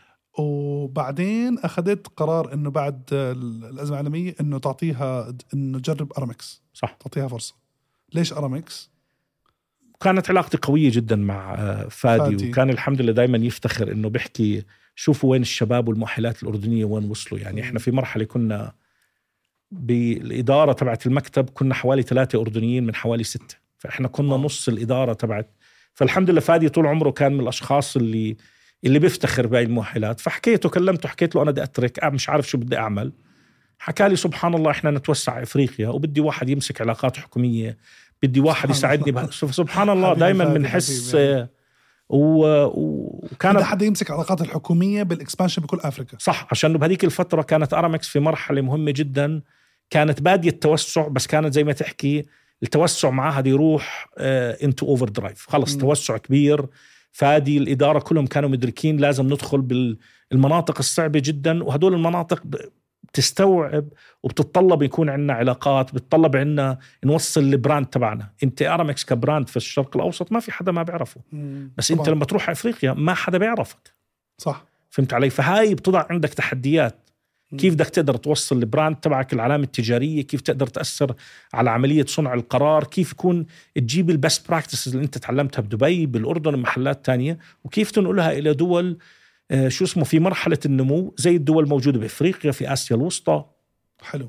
S2: وبعدين أخذت قرار إنه بعد الأزمة العالمية إنه تعطيها إنه جرب أرامكس.
S1: صح.
S2: تعطيها فرصة. ليش أرامكس؟
S1: كانت علاقتي قوية جدا مع فادي, فادي. وكان الحمد لله دايما يفتخر إنه بيحكي شوفوا وين الشباب والمؤهلات الأردنية وين وصلوا. يعني إحنا في مرحلة كنا بالإدارة تبعت المكتب كنا حوالي ثلاثة أردنيين من حوالي ستة، فإحنا كنا نص الإدارة تبعت. فالحمد لله فادي طول عمره كان من الأشخاص اللي اللي بيفتخر بهاي المؤهلات. فحكيته كلمته حكيت له أنا بدي أترك، مش عارف شو بدي أعمل. حكى لي سبحان الله إحنا نتوسع إفريقيا وبدي واحد يمسك علاقات حكومية، بدي واحد يساعدني بها. سبحان الله دايما بنحس وكان
S2: حدا يمسك العلاقات الحكومية بالإكسبانشن بكل أفريقيا.
S1: صح، عشان بهذيك الفترة كانت أرامكس في مرحلة مهمة جدا، كانت بادية التوسع، بس كانت زي ما تحكي التوسع معها دي يروح انتو اوفر درايف، خلص م. توسع كبير. فادي الإدارة كلهم كانوا مدركين لازم ندخل بالمناطق الصعبة جدا، وهدول المناطق تستوعب وبتتطلب يكون عندنا علاقات، بتطلب عندنا نوصل البراند تبعنا. انت أرامكس كبراند في الشرق الأوسط ما في حدا ما بيعرفه، بس طبعا. انت لما تروح أفريقيا ما حدا بيعرفك.
S2: صح،
S1: فهمت علي؟ فهاي بتضع عندك تحديات، كيف بدك تقدر توصل البراند تبعك، العلامة التجارية، كيف تقدر تأثر على عملية صنع القرار، كيف يكون تجيب البست براكتسز اللي انت تعلمتها بدبي بالأردن ومحلات تانية، وكيف تنقلها إلى دول آه شو اسمه في مرحلة النمو زي الدول الموجودة بأفريقيا، في آسيا الوسطى.
S2: حلو.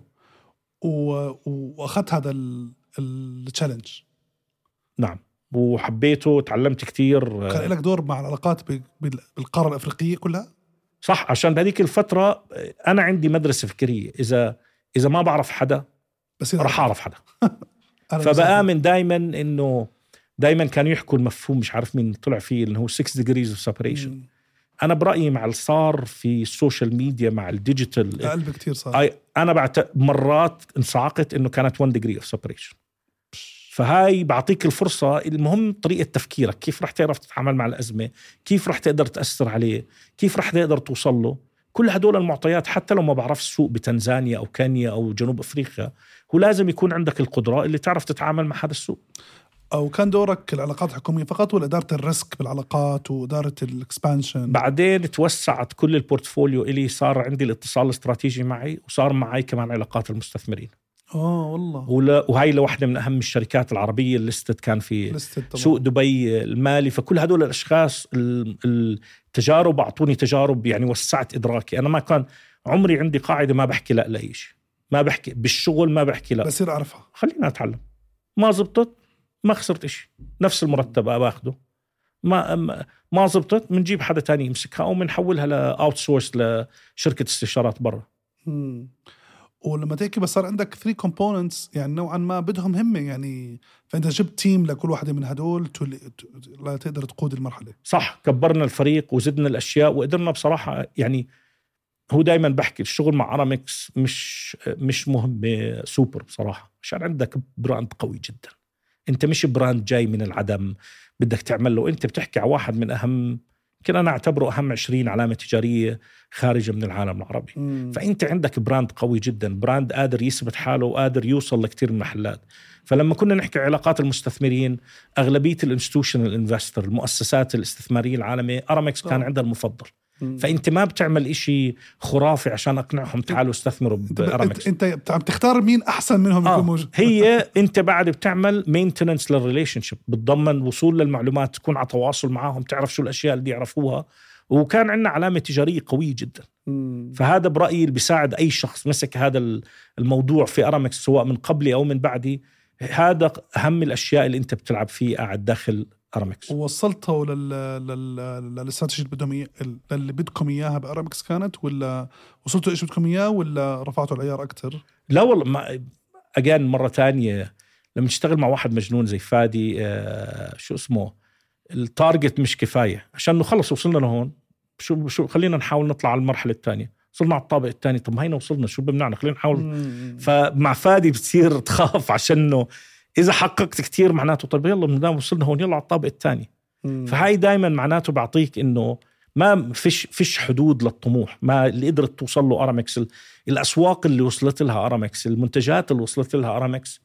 S2: وأخذت هذا التشالنج.
S1: نعم، وحبيته، تعلمت كتير.
S2: كان لك دور مع العلاقات بالقارة الأفريقية كلها؟
S1: صح، عشان بهذيك الفترة أنا عندي مدرسة فكرية، إذا إذا ما بعرف حدا بس راح أعرف حدا. فبآمن دايما إنه دايما كانوا يحكوا المفهوم، مش عارف مين طلع فيه، إنه هو six degrees of separation. م. أنا برأيي مع الصار في السوشيال ميديا مع الديجيتال
S2: أقل بكتير صار.
S1: أنا بعد مرات انصعقت إنه كانت one degree of separation. فهاي بعطيك الفرصة، المهم طريقة تفكيرك، كيف رح تعرف تتعامل مع الأزمة، كيف رح تقدر تأثر عليه، كيف رح تقدر توصل له. كل هدول المعطيات حتى لو ما بعرف السوق بتنزانيا أو كينيا أو جنوب أفريقيا، هو لازم يكون عندك القدرة اللي تعرف تتعامل مع هذا السوق.
S2: أو كان دورك العلاقات الحكومية فقط ولا إدارة الريسك بالعلاقات وإدارة الإكسبانشن؟
S1: بعدين توسعت كل البورتفوليو إلي، صار عندي الاتصال الاستراتيجي معي، وصار معي كمان علاقات المستثمرين.
S2: آه والله.
S1: وهاي لوحدة من أهم الشركات العربية اللي لستت كان في سوق دبي المالي. فكل هدول الأشخاص التجارب أعطوني تجارب، يعني وسعت إدراكي. أنا ما كان عمري عندي قاعدة ما بحكي لا لأي شيء، ما بحكي بالشغل، ما بحكي لا،
S2: بصير أعرفها،
S1: خلينا أتعلم. ما زبطت ما خسرت إشي، نفس المرتب باخده. ما ما زبطت منجيب حدا تاني يمسكها أو منحولها لأوت سورس لشركة استشارات برا.
S2: ولما تحكي بس صار عندك three components يعني نوعا ما بدهم همة، يعني فأنت جبت تيم لكل واحدة من هدول لا تقدر تقود المرحلة.
S1: صح، كبرنا الفريق وزدنا الأشياء وقدرنا بصراحة. يعني هو دايما بحكي الشغل مع أرامكس مش مش مهم سوبر بصراحة، عشان عندك براند قوي جدا. انت مش براند جاي من العدم بدك تعمل له، انت بتحكي على واحد من أهم، كنا أنا أعتبره أهم عشرين علامة تجارية خارجة من العالم العربي. مم. فأنت عندك براند قوي جدا، براند قادر يثبت حاله وقادر يوصل لكتير من المحلات. فلما كنا نحكي علاقات المستثمرين، أغلبية الانستيتيوشنال انفستر، المؤسسات الاستثمارية العالمية، أرامكس كان عندها المفضل. مم. فأنت ما بتعمل إشي خرافي عشان أقنعهم تعالوا استثمروا بأرامكس.
S2: أنت عم تختار مين أحسن منهم. آه. يكون موجود.
S1: هي أنت بعد بتعمل مينتننس للريليشنشيب، بتضمن وصول للمعلومات، تكون على تواصل معهم، تعرف شو الأشياء اللي يعرفوها. وكان عندنا علامة تجارية قوية جدا. مم. فهذا برأيي اللي بيساعد أي شخص مسك هذا الموضوع في أرامكس سواء من قبلي أو من بعدي. هذا أهم الأشياء اللي أنت بتلعب فيه قاعد داخل أرامكس.
S2: ووصلته لل لل للاستراتيجية اللي بدهم اللي بدكم إياها بأرامكس كانت، ولا وصلتوا إيش بدكم إياه، ولا رفعتوا العيار أكتر؟
S1: لا والله، ما أجان مرة تانية لما تشتغل مع واحد مجنون زي فادي، آه شو اسمه، التارجت مش كفاية عشان نخلص. وصلنا لهون، شو شو خلينا نحاول نطلع على المرحلة الثانية. وصلنا على الطابق الثاني، طب هينا وصلنا، شو بمنعنا، خلينا نحاول. مم. فمع فادي بتصير تخاف عشانه إذا حققت كتير معناته طب يلا من دام وصلنا هون يلا على الطابق الثاني. فهاي دايما معناته بعطيك إنه ما فيش فيش حدود للطموح. ما اللي قدرت توصل له أرامكس، الأسواق اللي وصلت لها أرامكس، المنتجات اللي وصلت لها أرامكس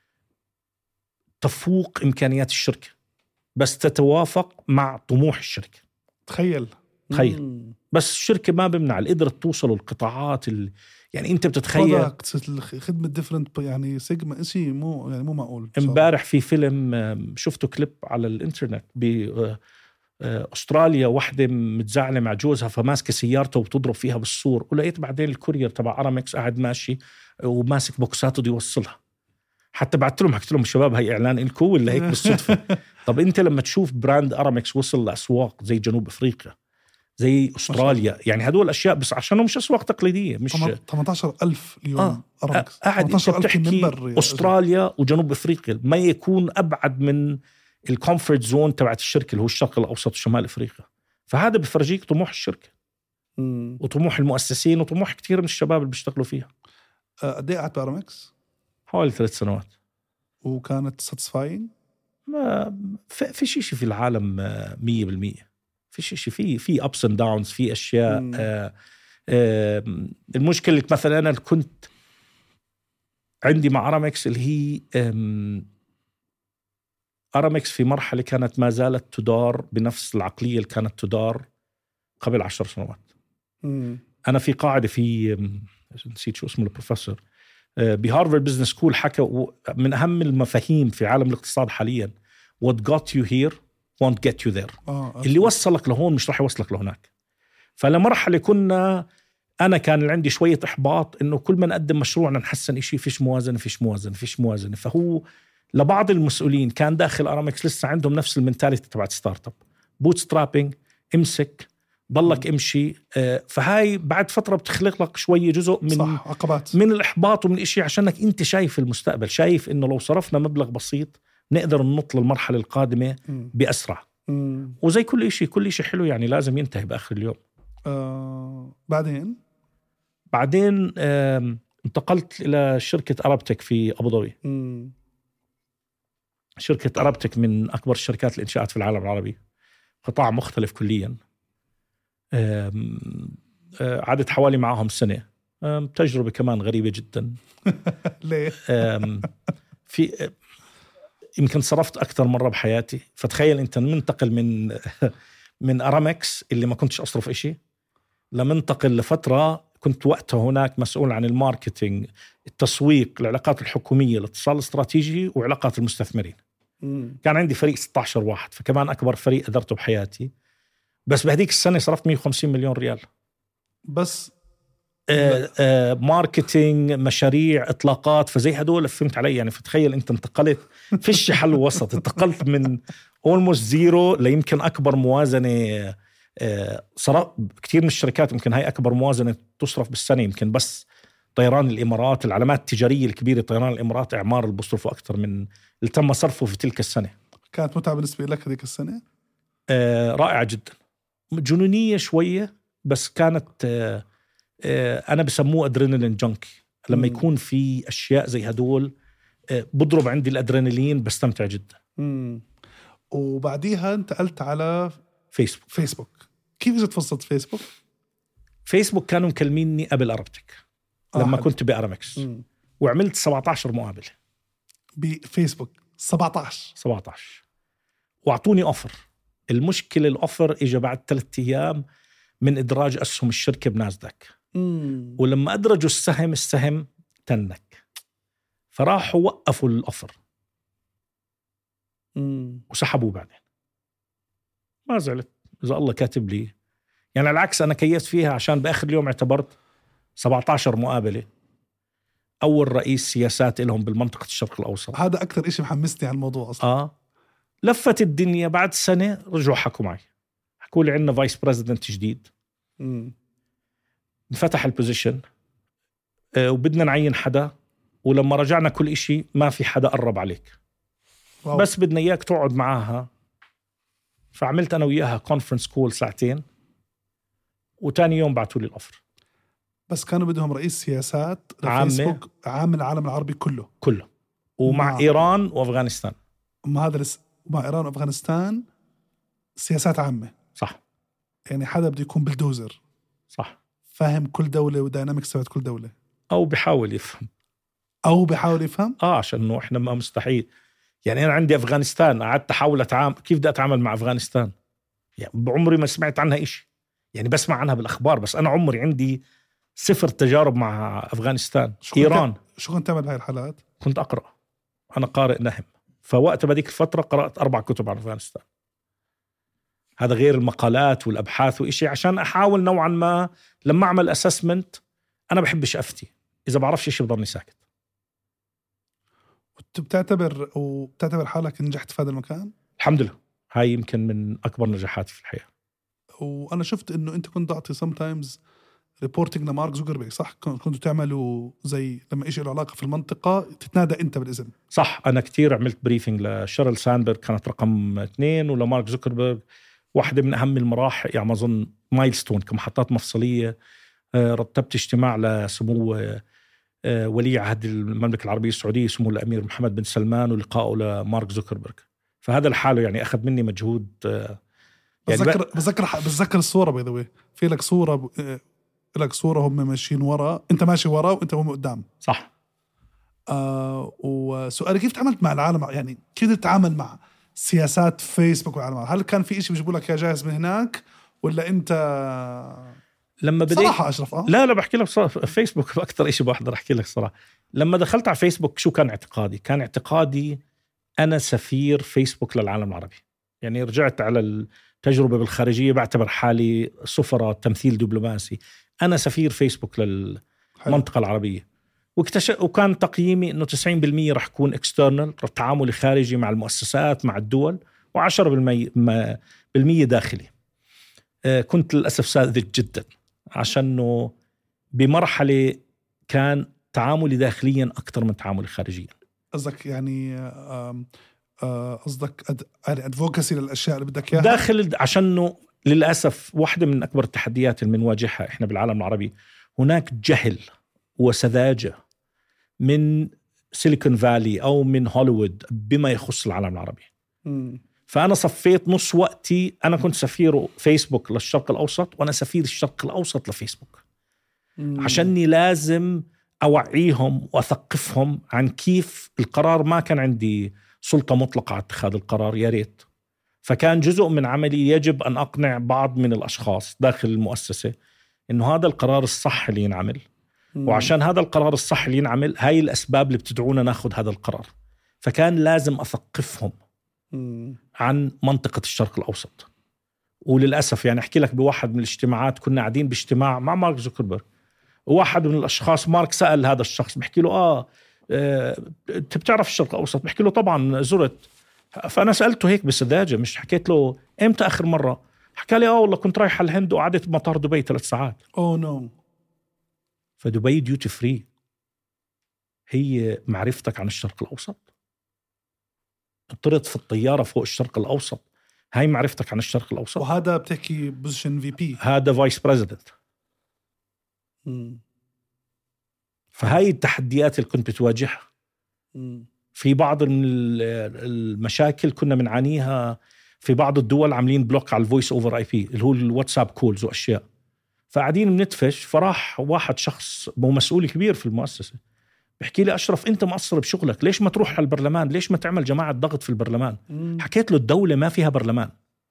S1: تفوق إمكانيات الشركة، بس تتوافق مع طموح الشركة.
S2: تخيل
S1: تخيل مم. بس الشركة ما بمنع اللي قدرت توصل القطاعات اللي يعني أنت بتتخيل
S2: خدمة ديفرنت يعني سيجما شيء مو يعني مو معقول.
S1: امبارح في فيلم شفته كليب على الإنترنت بأستراليا، واحدة متزعلة مع جوزها فماسكة سيارته وبتضرب فيها بالسور، ولقيت بعدين الكورير تبع أرامكس قاعد ماشي وماسك بوكساته دي يوصلها. حتى بعت لهم حكيت لهم شباب هاي إعلان إلكو ولا هيك بالصدفة؟ طب أنت لما تشوف براند أرامكس وصل لأسواق زي جنوب أفريقيا زي أستراليا، يعني هدول الأشياء بس عشانهم مش أسواق تقليدية، مش
S2: ثمانية عشر ألف اليوم.
S1: آه.
S2: أرامكس
S1: قاعد أنت بتحكي أستراليا وجنوب أفريقيا، ما يكون أبعد من الكومفورت زون تبعت الشركة اللي هو الشرق الأوسط وشمال أفريقيا. فهذا بفرجيك طموح الشركة
S2: مم.
S1: وطموح المؤسسين وطموح كتير من الشباب اللي بيشتغلوا فيها.
S2: قد ايه قعدت بارامكس؟
S1: حوالي ثلاث سنوات.
S2: وكانت ساتسفاين؟
S1: ما في شيء في العالم مية بالمية، في شيء في في أبس اند داونز، في أشياء. آه آه المشكلة مثلا أنا كنت عندي مع أرامكس اللي هي أرامكس في مرحلة كانت ما زالت تدار بنفس العقلية اللي كانت تدار قبل عشر سنوات.
S2: مم.
S1: أنا في قاعدة في نسيت شو اسمه البروفيسور بهارفارد بزنس سكول حكى من أهم المفاهيم في عالم الاقتصاد حاليا what got you here won't get you there.
S2: آه
S1: اللي وصلك لهون مش راح يوصلك لهناك. فلمرحلة كنا أنا كان عندي شوية إحباط إنه كل ما نقدم مشروعنا نحسن إشي فيش موازنة فيش موازنة فيش موازنة. فهو لبعض المسؤولين كان داخل أرامكس لسه عندهم نفس المنتاليتي تبعت ستارت اب، بوت سترابينج، امسك ضلك امشي. فهاي بعد فترة بتخلق لك شوية جزء من
S2: صح عقبات
S1: من الإحباط ومن إشي، عشانك أنت شايف المستقبل، شايف إنه لو صرفنا مبلغ بسيط نقدر ننط للمرحلة القادمة
S2: مم.
S1: بأسرع.
S2: مم.
S1: وزي كل إشي كل إشي حلو يعني لازم ينتهي بآخر اليوم.
S2: آه بعدين
S1: بعدين انتقلت إلى شركة أرابتك في أبو ظبي.
S2: مم.
S1: شركة أرابتك من أكبر الشركات الإنشاءات في العالم العربي، قطاع مختلف كليا. عدت حوالي معهم سنة. تجربة كمان غريبة جدا.
S2: ليه؟
S1: في يمكن صرفت أكثر مرة بحياتي. فتخيل أنت منتقل من من أرامكس اللي ما كنتش أصرف إشي لمنتقل لفترة كنت وقتها هناك مسؤول عن الماركتينج، التسويق، العلاقات الحكومية، الاتصال الاستراتيجي، وعلاقات المستثمرين.
S2: مم.
S1: كان عندي فريق ستة عشر واحد، فكمان أكبر فريق أدرته بحياتي. بس بهديك السنة صرفت مية وخمسين مليون ريال
S2: بس
S1: آه آه ماركتينج، مشاريع، إطلاقات. فزي هدول فهمت علي يعني. فتخيل أنت انتقلت فيش حل وسط، انتقلت من almost زيرو ليمكن أكبر موازنة. آه صرف كتير من الشركات يمكن هاي أكبر موازنة تصرف بالسنة، يمكن بس طيران الإمارات، العلامات التجارية الكبيرة طيران الإمارات إعمار اللي بصرفوا أكثر من اللي تم صرفه في تلك السنة.
S2: كانت متعة بالنسبة لك هذيك السنة؟
S1: آه رائعة جدا، جنونية شوية، بس كانت آه آه أنا بسموه أدرينالين جنكي. لما يكون في أشياء زي هدول آه بضرب عندي الأدرينالين، بستمتع جدا.
S2: مم. وبعديها انتقلت على
S1: فيسبوك.
S2: فيسبوك كيف جت فرصة فيسبوك؟
S1: فيسبوك كانوا مكلميني قبل أرابتك
S2: آه
S1: لما
S2: حد.
S1: كنت بأرامكس. مم. وعملت سبعة عشر مقابلة
S2: بفيسبوك. سبعة عشر
S1: سبعة عشر وأعطوني أوفر. المشكلة الأوفر إجا بعد ثلاثة أيام من إدراج أسهم الشركة بناسداك.
S2: مم.
S1: ولما أدرجوا السهم السهم تنك، فراحوا وقفوا الأوفر
S2: مم.
S1: وسحبوه. بعدين ما زعلت، إذا الله كاتب لي يعني. على العكس أنا كيست فيها، عشان بآخر اليوم اعتبرت سبعة عشر مقابلة أول رئيس سياسات لهم بالمنطقة الشرق الأوسط.
S2: هذا أكثر إشي محمسني على الموضوع أصلا.
S1: آه لفت الدنيا. بعد سنة رجعوا حكوا معي، حكوا لي عندنا فايس بريزيدنت جديد.
S2: مم.
S1: انفتح البوزيشن آه وبدنا نعين حدا، ولما رجعنا كل إشي ما في حدا قرب عليك. واو. بس بدنا إياك تقعد معاها. فعملت أنا وياها كونفرنس كول ساعتين، وتاني يوم بعتوا لي الأوفر.
S2: بس كانوا بدهم رئيس سياسات لفيسبوك عام العالم العربي كله
S1: كله، ومع مع إيران وأفغانستان.
S2: ما هذا لس... مع إيران وأفغانستان سياسات عامة.
S1: صح.
S2: يعني حدا بده يكون بلدوزر.
S1: صح.
S2: فاهم كل دولة وديناميكس تبعت كل دولة،
S1: أو بيحاول يفهم
S2: أو بيحاول يفهم.
S1: آه عشان إنه إحنا ما مستحيل. يعني أنا عندي أفغانستان، قعدت أحاول أتعامل كيف بدي أتعامل مع أفغانستان. يعني بعمري ما سمعت عنها إشي، يعني بسمع عنها بالأخبار، بس أنا عمري عندي صفر تجارب مع أفغانستان.
S2: شو
S1: إيران
S2: شو كنت تعمل بهاي الحالات؟
S1: كنت أقرأ، أنا قارئ نهم. فوقت بديك الفترة قرأت أربع كتب عن أفغانستان، هذا غير المقالات والأبحاث وإشي، عشان أحاول نوعا ما لما أعمل أسسمنت. أنا بحبش أفتي، إذا بعرفش إشي بضلني ساكت.
S2: بتعتبر وبتعتبر حالك نجحت في هذا المكان؟
S1: الحمد لله، هاي يمكن من أكبر نجاحاتي في الحياة.
S2: وأنا شفت إنه أنت كنت تعطي sometimes ريبورتنج لمارك زوكربيرج صح؟ كنتوا تعملوا زي لما إيش له علاقة في المنطقة تتنادى أنت بالاسم.
S1: صح، أنا كتير عملت بريفنج لشيرل ساندبرغ كانت رقم اثنين، ولمارك زوكربيرج واحدة من أهم المراحل يعني أظن مايلستون كمحطات مفصلية. رتبت اجتماع لسمو ولي عهد المملكة العربية السعودية سمو الأمير محمد بن سلمان ولقائه لمارك زوكربيرج، فهذا الحاله يعني أخذ مني مجهود. يعني
S2: بتذكر بتذكر بتذكر الصورة بيضوي في لك صورة ب... لك صورة هم ماشيين ورا، أنت ماشي ورا وأنت هم قدام
S1: صح.
S2: آه وسؤالي كيف تعاملت مع العالم، يعني كيف تتعامل مع سياسات فيسبوك والعالم؟ هل كان في إشي بيجيبوا لك يا جاهز من هناك ولا أنت
S1: لما بديت
S2: صراحة أشرف أه؟
S1: لا لا بحكي لك صراحة فيسبوك أكتر إشي بقدر أحكي لك صراحة. لما دخلت على فيسبوك شو كان اعتقادي؟ كان اعتقادي أنا سفير فيسبوك للعالم العربي. يعني رجعت على التجربة بالخارجية بعتبر حالي سفرة تمثيل دبلوماسي، أنا سفير فيسبوك للمنطقة العربية. واكتشف وكان تقييمي إنه تسعين بالمية رح يكون اكسترنال تعاملي خارجي مع المؤسسات مع الدول، وعشرة بالمية داخلي. كنت للأسف ساذج جدا عشانه بمرحلة كان تعاملي داخليا أكثر من تعاملي خارجيا.
S2: قصدك يعني قصدك ادفوكسي للأشياء اللي بدك إياها
S1: داخل، عشانه للأسف واحدة من أكبر التحديات اللي بنواجهها إحنا بالعالم العربي هناك جهل وسذاجة من سيليكون فالي أو من هوليوود بما يخص العالم العربي.
S2: م.
S1: فأنا صفيت نص وقتي، أنا كنت سفير فيسبوك للشرق الأوسط وأنا سفير الشرق الأوسط لفيسبوك،
S2: م.
S1: عشاني لازم أوعيهم وأثقفهم عن كيف القرار. ما كان عندي سلطة مطلقة على اتخاذ القرار يا ريت، فكان جزء من عملي يجب أن أقنع بعض من الأشخاص داخل المؤسسة إنه هذا القرار الصح اللي ينعمل، م. وعشان هذا القرار الصح اللي ينعمل هاي الأسباب اللي بتدعونا ناخذ هذا القرار. فكان لازم أثقفهم عن منطقة الشرق الأوسط. وللأسف يعني أحكي لك بواحد من الاجتماعات كنا قاعدين باجتماع مع مارك زوكربيرج، وواحد من الأشخاص مارك سأل هذا الشخص بحكي له آه أنت بتعرف الشرق الأوسط؟ بحكي له طبعا زرت. فأنا سألته هيك بسذاجة، مش حكيت له إمتى آخر مرة؟ حكى لي آه والله كنت رايح على الهند وقعدت بمطار دبي ثلاث ساعات.
S2: أوه نو.
S1: فدبي ديوتي فري هي معرفتك عن الشرق الأوسط؟ اضطرت في الطيارة فوق الشرق الأوسط، هاي معرفتك عن الشرق الأوسط؟
S2: وهذا بتحكي بوزيشن في بي،
S1: هذا فايس بريزيدنت. فهاي التحديات اللي كنت بتواجهها. في بعض من المشاكل كنا بنعانيها في بعض الدول، عاملين بلوك على الفويس اوفر اي بي اللي هو الواتساب كولز واشياء. فقاعدين بنتفش، فراح واحد شخص مو مسؤول كبير في المؤسسة بحكي لي أشرف أنت مقصر بشغلك، ليش ما تروح على البرلمان؟ ليش ما تعمل جماعة ضغط في البرلمان؟
S2: مم.
S1: حكيت له الدولة ما فيها برلمان،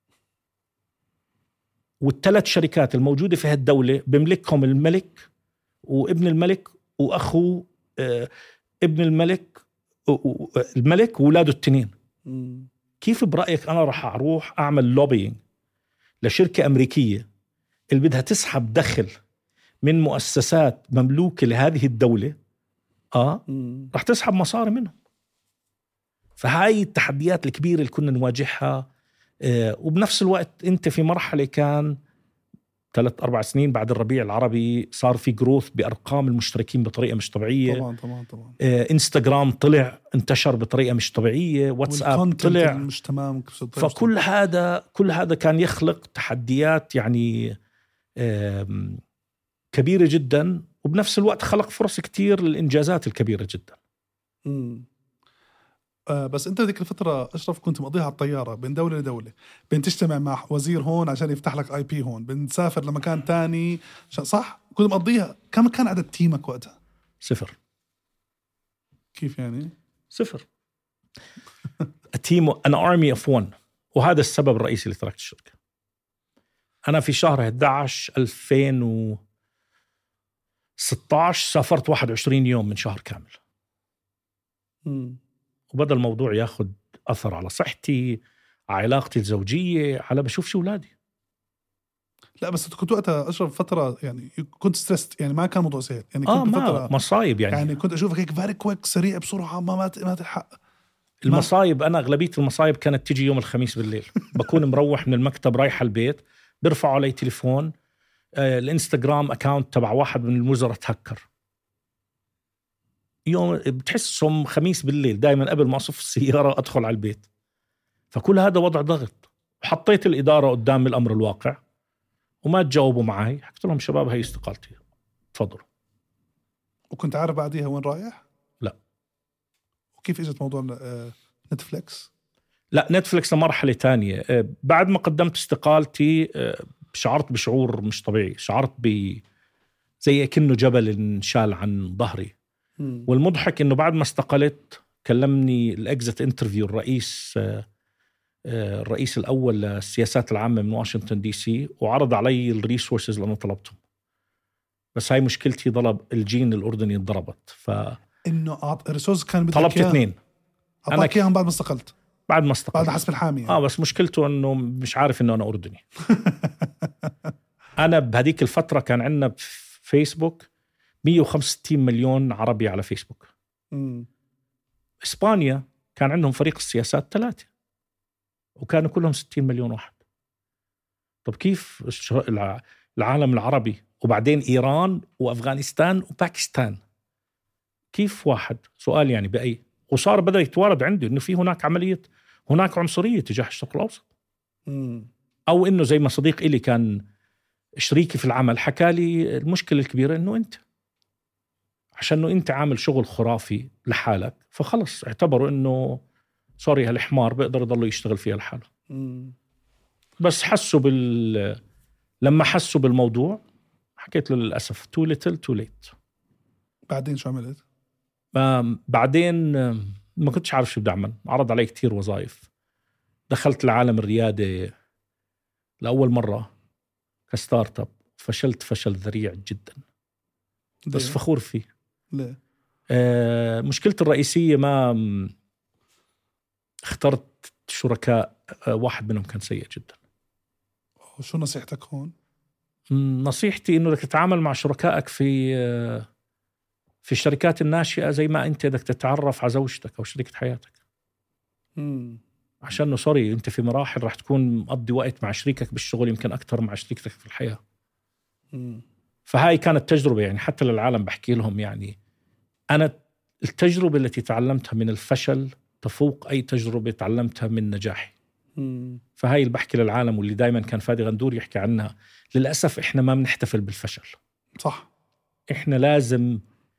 S1: والثلاث شركات الموجودة في هالدولة بملكهم الملك وابن الملك وأخو آه ابن الملك الملك وولاده التنين.
S2: مم.
S1: كيف برأيك أنا رح أروح أعمل لوبينج لشركة أمريكية اللي بدها تسحب دخل من مؤسسات مملوكة لهذه الدولة؟ آه
S2: مم.
S1: رح تسحب مصاري منهم. فهاي التحديات الكبيرة اللي كنا نواجهها. آه وبنفس الوقت أنت في مرحلة كان ثلاث أربع سنين بعد الربيع العربي صار في جروث بأرقام المشتركين بطريقة مش طبيعية.
S2: طبعا طبعا طبعا.
S1: آه انستغرام طلع انتشر بطريقة مش طبيعية، واتساب طلع
S2: مش تمام.
S1: فكل هذا كل هذا كان يخلق تحديات يعني آه كبيرة جدا، وبنفس الوقت خلق فرص كتير للإنجازات الكبيرة جدا.
S2: امم آه بس أنت ذيك الفترة أشرف كنت مقضيها على الطيارة بين دولة لدولة، بين تجتمع مع وزير هون عشان يفتح لك آي بي هون، بين تسافر لمكان تاني صح؟ كنت مقضيها. كم كان عدد تيمك وقتها؟
S1: صفر.
S2: كيف يعني؟
S1: صفر. تيم أنا أرمي أوف ون، وهذا السبب الرئيسي اللي تركت الشركة. أنا في شهر أحد عشر ألفين وستة عشر سافرت واحد وعشرين يوم من شهر كامل.
S2: مم.
S1: وبدأ الموضوع ياخد أثر على صحتي، على علاقتي الزوجية، على بشوف شو أولادي.
S2: لا بس كنت وقتها أشرف فترة يعني كنت ستريست، يعني ما كان موضوع سهل يعني. كنت
S1: آه
S2: فترة
S1: مصايب يعني.
S2: يعني كنت أشوفك هيك فاري كويك سريع بسرعة ما ما ما تلحق.
S1: المصايب أنا أغلبية المصايب كانت تيجي يوم الخميس بالليل. بكون مروح من المكتب رايح البيت، بيرفعوا علي تليفون آه الانستغرام اكاونت تبع واحد من الوزراء تهكر. يوم بتحسهم خميس بالليل دائما قبل ما اصف السياره ادخل على البيت. فكل هذا وضع ضغط. حطيت الاداره قدام الامر الواقع وما تجاوبوا معي. حكيت لهم شباب هي استقالتي تفضلوا.
S2: وكنت عارف بعديها وين رايح؟
S1: لا.
S2: وكيف اجت موضوع نتفليكس؟
S1: لا نتفليكس مرحله تانية. بعد ما قدمت استقالتي شعرت بشعور مش طبيعي. شعرت ب زي كأنه جبل انشال عن ظهري. م. والمضحك انه بعد ما استقلت كلمني الاكزت انترفيو الرئيس الرئيس الاول للسياسات العامه من واشنطن دي سي وعرض علي الريسورسز اللي انا طلبتهم. بس هاي مشكلتي ضرب الجين الاردني ضربت. ف
S2: انه أعط... الريسورس كان
S1: طلبت اثنين.
S2: انا اياهم بعد ما استقلت.
S1: بعد ما استقلت
S2: بعد حسب الحامي يعني.
S1: اه بس مشكلته انه مش عارف انه انا اردني. انا بهديك الفتره كان عندنا بفيسبوك مية وخمسة وستين مليون عربي على فيسبوك.
S2: م.
S1: اسبانيا كان عندهم فريق السياسات ثلاثة وكانوا كلهم ستين مليون واحد. طب كيف العالم العربي وبعدين إيران وأفغانستان وباكستان كيف واحد؟ سؤال يعني بأي. وصار بدأ يتوارد عندي إنه في هناك عملية هناك عنصرية تجاه الشرق الأوسط.
S2: م.
S1: أو إنه زي ما صديق إلي كان شريكي في العمل حكى لي المشكلة الكبيرة إنه أنت عشان إنه أنت عامل شغل خرافي لحالك فخلص اعتبروا إنه سوري هالحمار بيقدر يضل يشتغل فيها لحاله. بس حسوا بال لما حسوا بالموضوع حكيت له للأسف too little too late.
S2: بعدين شو عملت؟
S1: بعدين ما كنتش عارف شو بدي أعمل. عرض علي كتير وظائف. دخلت العالم الريادي لأول مرة كستارت اب. فشلت فشل ذريع جدا. بس
S2: ليه؟
S1: فخور فيه.
S2: ليه؟
S1: آه مشكلتي الرئيسية ما اخترت شركاء. واحد منهم كان سيء جدا.
S2: شو نصيحتك هون؟
S1: نصيحتي إنه بدك تتعامل مع شركائك في في الشركات الناشئة زي ما أنت بدك تتعرف على زوجتك أو شريكة حياتك.
S2: مم.
S1: عشان إنه سوري أنت في مراحل راح تكون مقضي وقت مع شريكك بالشغل يمكن أكتر مع شريكتك في الحياة.
S2: مم.
S1: فهاي كانت تجربة يعني حتى للعالم بحكي لهم يعني أنا التجربة التي تعلمتها من الفشل تفوق أي تجربة تعلمتها من نجاحي.
S2: مم.
S1: فهاي اللي بحكي للعالم واللي دايما كان فادي غندور يحكي عنها. للأسف إحنا ما بنحتفل بالفشل.
S2: صح.
S1: إحنا لازم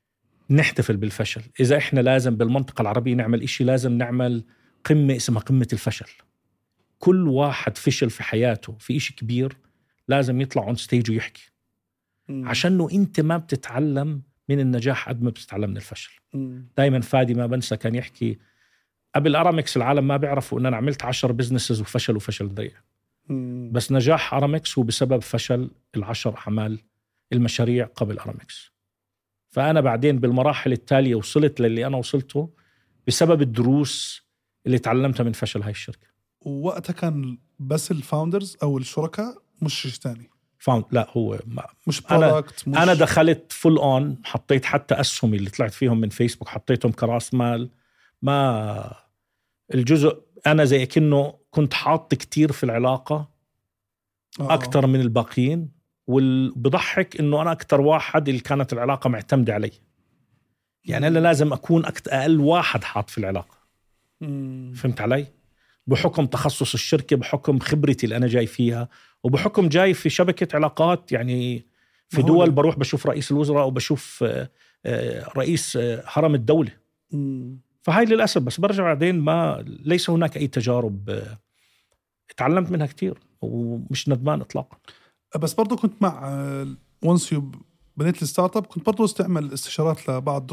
S1: نحتفل بالفشل. إذا إحنا لازم بالمنطقة العربية نعمل إشي لازم نعمل قمة اسمها قمة الفشل. كل واحد فشل في حياته في إشي كبير لازم يطلع عن ستيج ويحكي.
S2: مم.
S1: عشانه أنت ما بتتعلم من النجاح قد ما بتتعلم من الفشل.
S2: مم.
S1: دايما فادي ما بنسى كان يحكي قبل أرامكس العالم ما بيعرفوا أن أنا عملت عشر بزنسز وفشل وفشل ذريع. بس نجاح أرامكس هو بسبب فشل العشر أعمال المشاريع قبل أرامكس. فأنا بعدين بالمراحل التالية وصلت للي أنا وصلته بسبب الدروس اللي تعلمتها من فشل هاي الشركة.
S2: ووقتها كان بس الفاوندرز أو الشركاء مش شيء تاني؟
S1: فاوند لا هو ما
S2: مش
S1: برودكت.
S2: أنا,
S1: مش... أنا دخلت فول أون. حطيت حتى أسهمي اللي طلعت فيهم من فيسبوك حطيتهم كراس مال. ما الجزء أنا زي كأنه كنت حاط كتير في العلاقة أكتر من الباقيين. والبضحك إنه أنا أكتر واحد اللي كانت العلاقة معتمدة علي. يعني أنا لازم أكون أقل واحد حاط في العلاقة.
S2: مم.
S1: فهمت علي؟ بحكم تخصص الشركة بحكم خبرتي اللي أنا جاي فيها وبحكم جاي في شبكة علاقات يعني في دول بروح بشوف رئيس الوزراء وبشوف رئيس هرم الدولة.
S2: مم.
S1: فهاي للأسف بس برجع بعدين ما ليس هناك أي تجارب اتعلمت منها كتير ومش ندمان إطلاقا.
S2: بس برضو كنت مع وانسيوب بنيت الستارت اب كنت برضو استعمل استشارات لبعض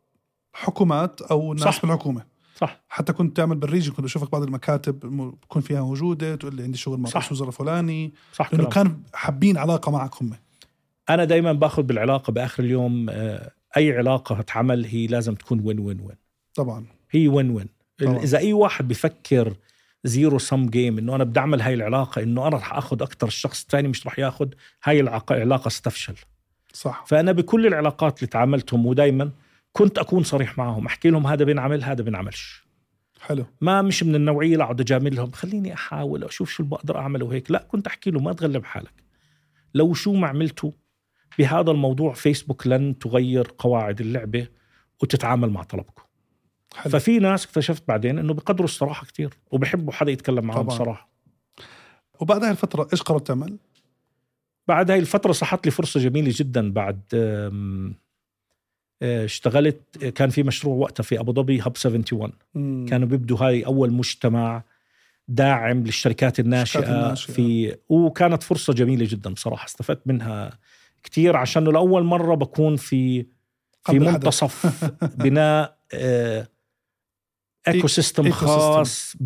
S2: حكومات أو ناس بالحكومة.
S1: صح.
S2: حتى كنت تعمل بالريجن كنت أشوفك بعض المكاتب بكون فيها موجودة تقول لي عندي شغل مع رئيس وزراء فلاني.
S1: صح.
S2: لأنه كان حابين علاقة معكم.
S1: أنا دايما باخذ بالعلاقة بآخر اليوم أي علاقة هتعمل هي لازم تكون وين وين وين.
S2: طبعا
S1: هي وين وين. إذا أي واحد بيفكر زيرو سم جيم إنه أنا بدي أعمل هاي العلاقة إنه أنا رح أخذ أكتر الشخص الثاني مش رح يأخذ هاي العلاقة ستفشل.
S2: صح.
S1: فأنا بكل العلاقات اللي تعاملتهم ودايما كنت أكون صريح معهم أحكي لهم هذا بنعمل هذا بنعملش.
S2: حلو.
S1: ما مش من النوعية اللي أقعد أجاملهم خليني أحاول أشوف شو اللي بقدر أعمله وهيك. لا كنت أحكي لهم ما تغلب حالك لو شو ما عملتوا بهذا الموضوع فيسبوك لن تغير قواعد اللعبة وتتعامل مع طلبكم. حلو. ففي ناس اكتشفت بعدين انه بقدروا الصراحة كتير وبحبوا حدا يتكلم معهم بصراحة.
S2: وبعد هاي الفترة ايش قررت تعمل؟
S1: بعد هاي الفترة صحت لي فرصة جميلة جدا. بعد اشتغلت، كان في مشروع وقتها في أبو ظبي هاب واحد وسبعين. مم. كانوا بيبدوا هاي أول مجتمع داعم للشركات الناشئة, الناشئة في وكانت فرصة جميلة جدا بصراحة، استفدت منها كتير عشان لأول مرة بكون في في منتصف بناء ايكو سيستم خاص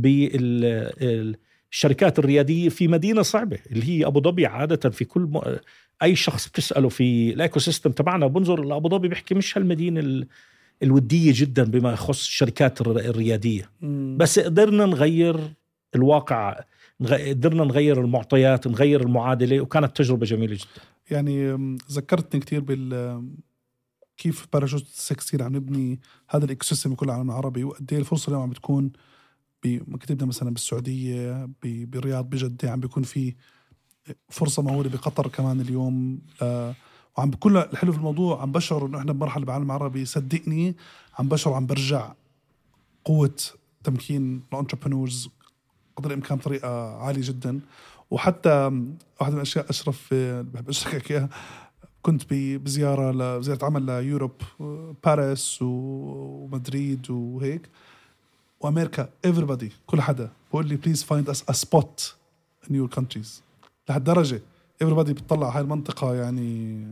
S1: بالشركات الريادية في مدينة صعبة اللي هي أبو ظبي. عادة في كل م... أي شخص بتسأله في الايكو سيستم تبعنا بنظر لأبو ظبي بيحكي مش هالمدينة ال... الودية جدا بما يخص الشركات الريادية. مم. بس قدرنا نغير الواقع، قدرنا نغير المعطيات، نغير المعادلة، وكانت تجربة جميلة جدا.
S2: يعني ذكرتني كتير بال كيف باراشوت ستة عم نبني هذا الايكوسيستم كله العالم العربي، وقد ايه الفرصة اللي عم بتكون بمكتبنا مثلا بالسعودية بالرياض بجدة، عم بيكون في فرصة مهولة بقطر كمان اليوم. آه وعم بكل الحلو في الموضوع عم بشعر انه احنا بمرحلة بالعالم العربي، صدقني عم بشعر عم برجع قوة تمكين الانتربرنورز قدر الامكان بطريقة عالية جدا. وحتى واحدة من الاشياء اشرف بحب اشاركك اياها، كنت بزيارة لزيارة عمل ليوروب، باريس ومدريد وهيك وأمريكا. everybody كل حدا بقول لي please find us a spot in your countries. لهالدرجة everybody بتطلع هاي المنطقة يعني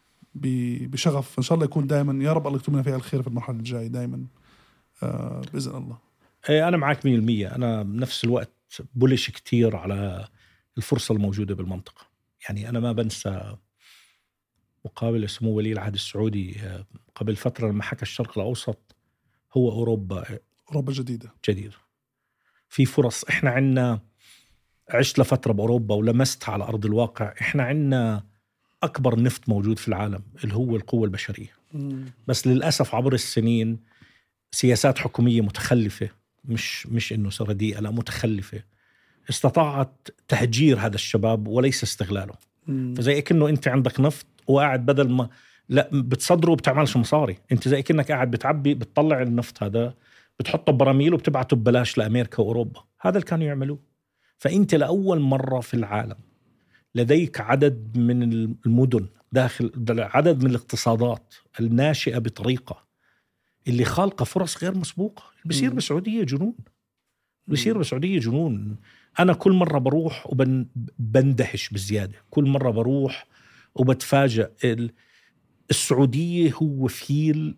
S2: بشغف. إن شاء الله يكون دائما، يا رب الله يكتب لنا فيها الخير في المرحلة الجاية دائما آه بإذن الله.
S1: أنا معك مية بالمية. أنا بنفس الوقت بولش كتير على الفرصة الموجودة بالمنطقة. يعني أنا ما بنسى مقابل سمو ولي العهد السعودي قبل فترة لما حكى الشرق الأوسط هو أوروبا
S2: أوروبا جديدة
S1: جديدة في فرص. إحنا عنا عشت لفترة بأوروبا ولمست على أرض الواقع. إحنا عنا أكبر نفط موجود في العالم اللي هو القوة البشرية. مم. بس للأسف عبر السنين سياسات حكومية متخلفة، مش مش إنه سردية، لا متخلفة، استطاعت تهجير هذا الشباب وليس استغلاله. مم. فزي كأنه أنت عندك نفط وقاعد بدل ما لا بتصدره وبتعملش مصاري، انت زي كأنك قاعد بتعبي بتطلع النفط هذا بتحطه براميل وبتبعته ببلاش لأمريكا وأوروبا. هذا اللي كانوا يعملوه. فأنت لأول مرة في العالم لديك عدد من المدن داخل عدد من الاقتصادات الناشئة بطريقة اللي خالقة فرص غير مسبوقة. بيصير بالسعودية جنون، بيصير بالسعودية جنون. أنا كل مرة بروح وبندهش بزيادة، كل مرة بروح وبتفاجأ. السعودية هو فيل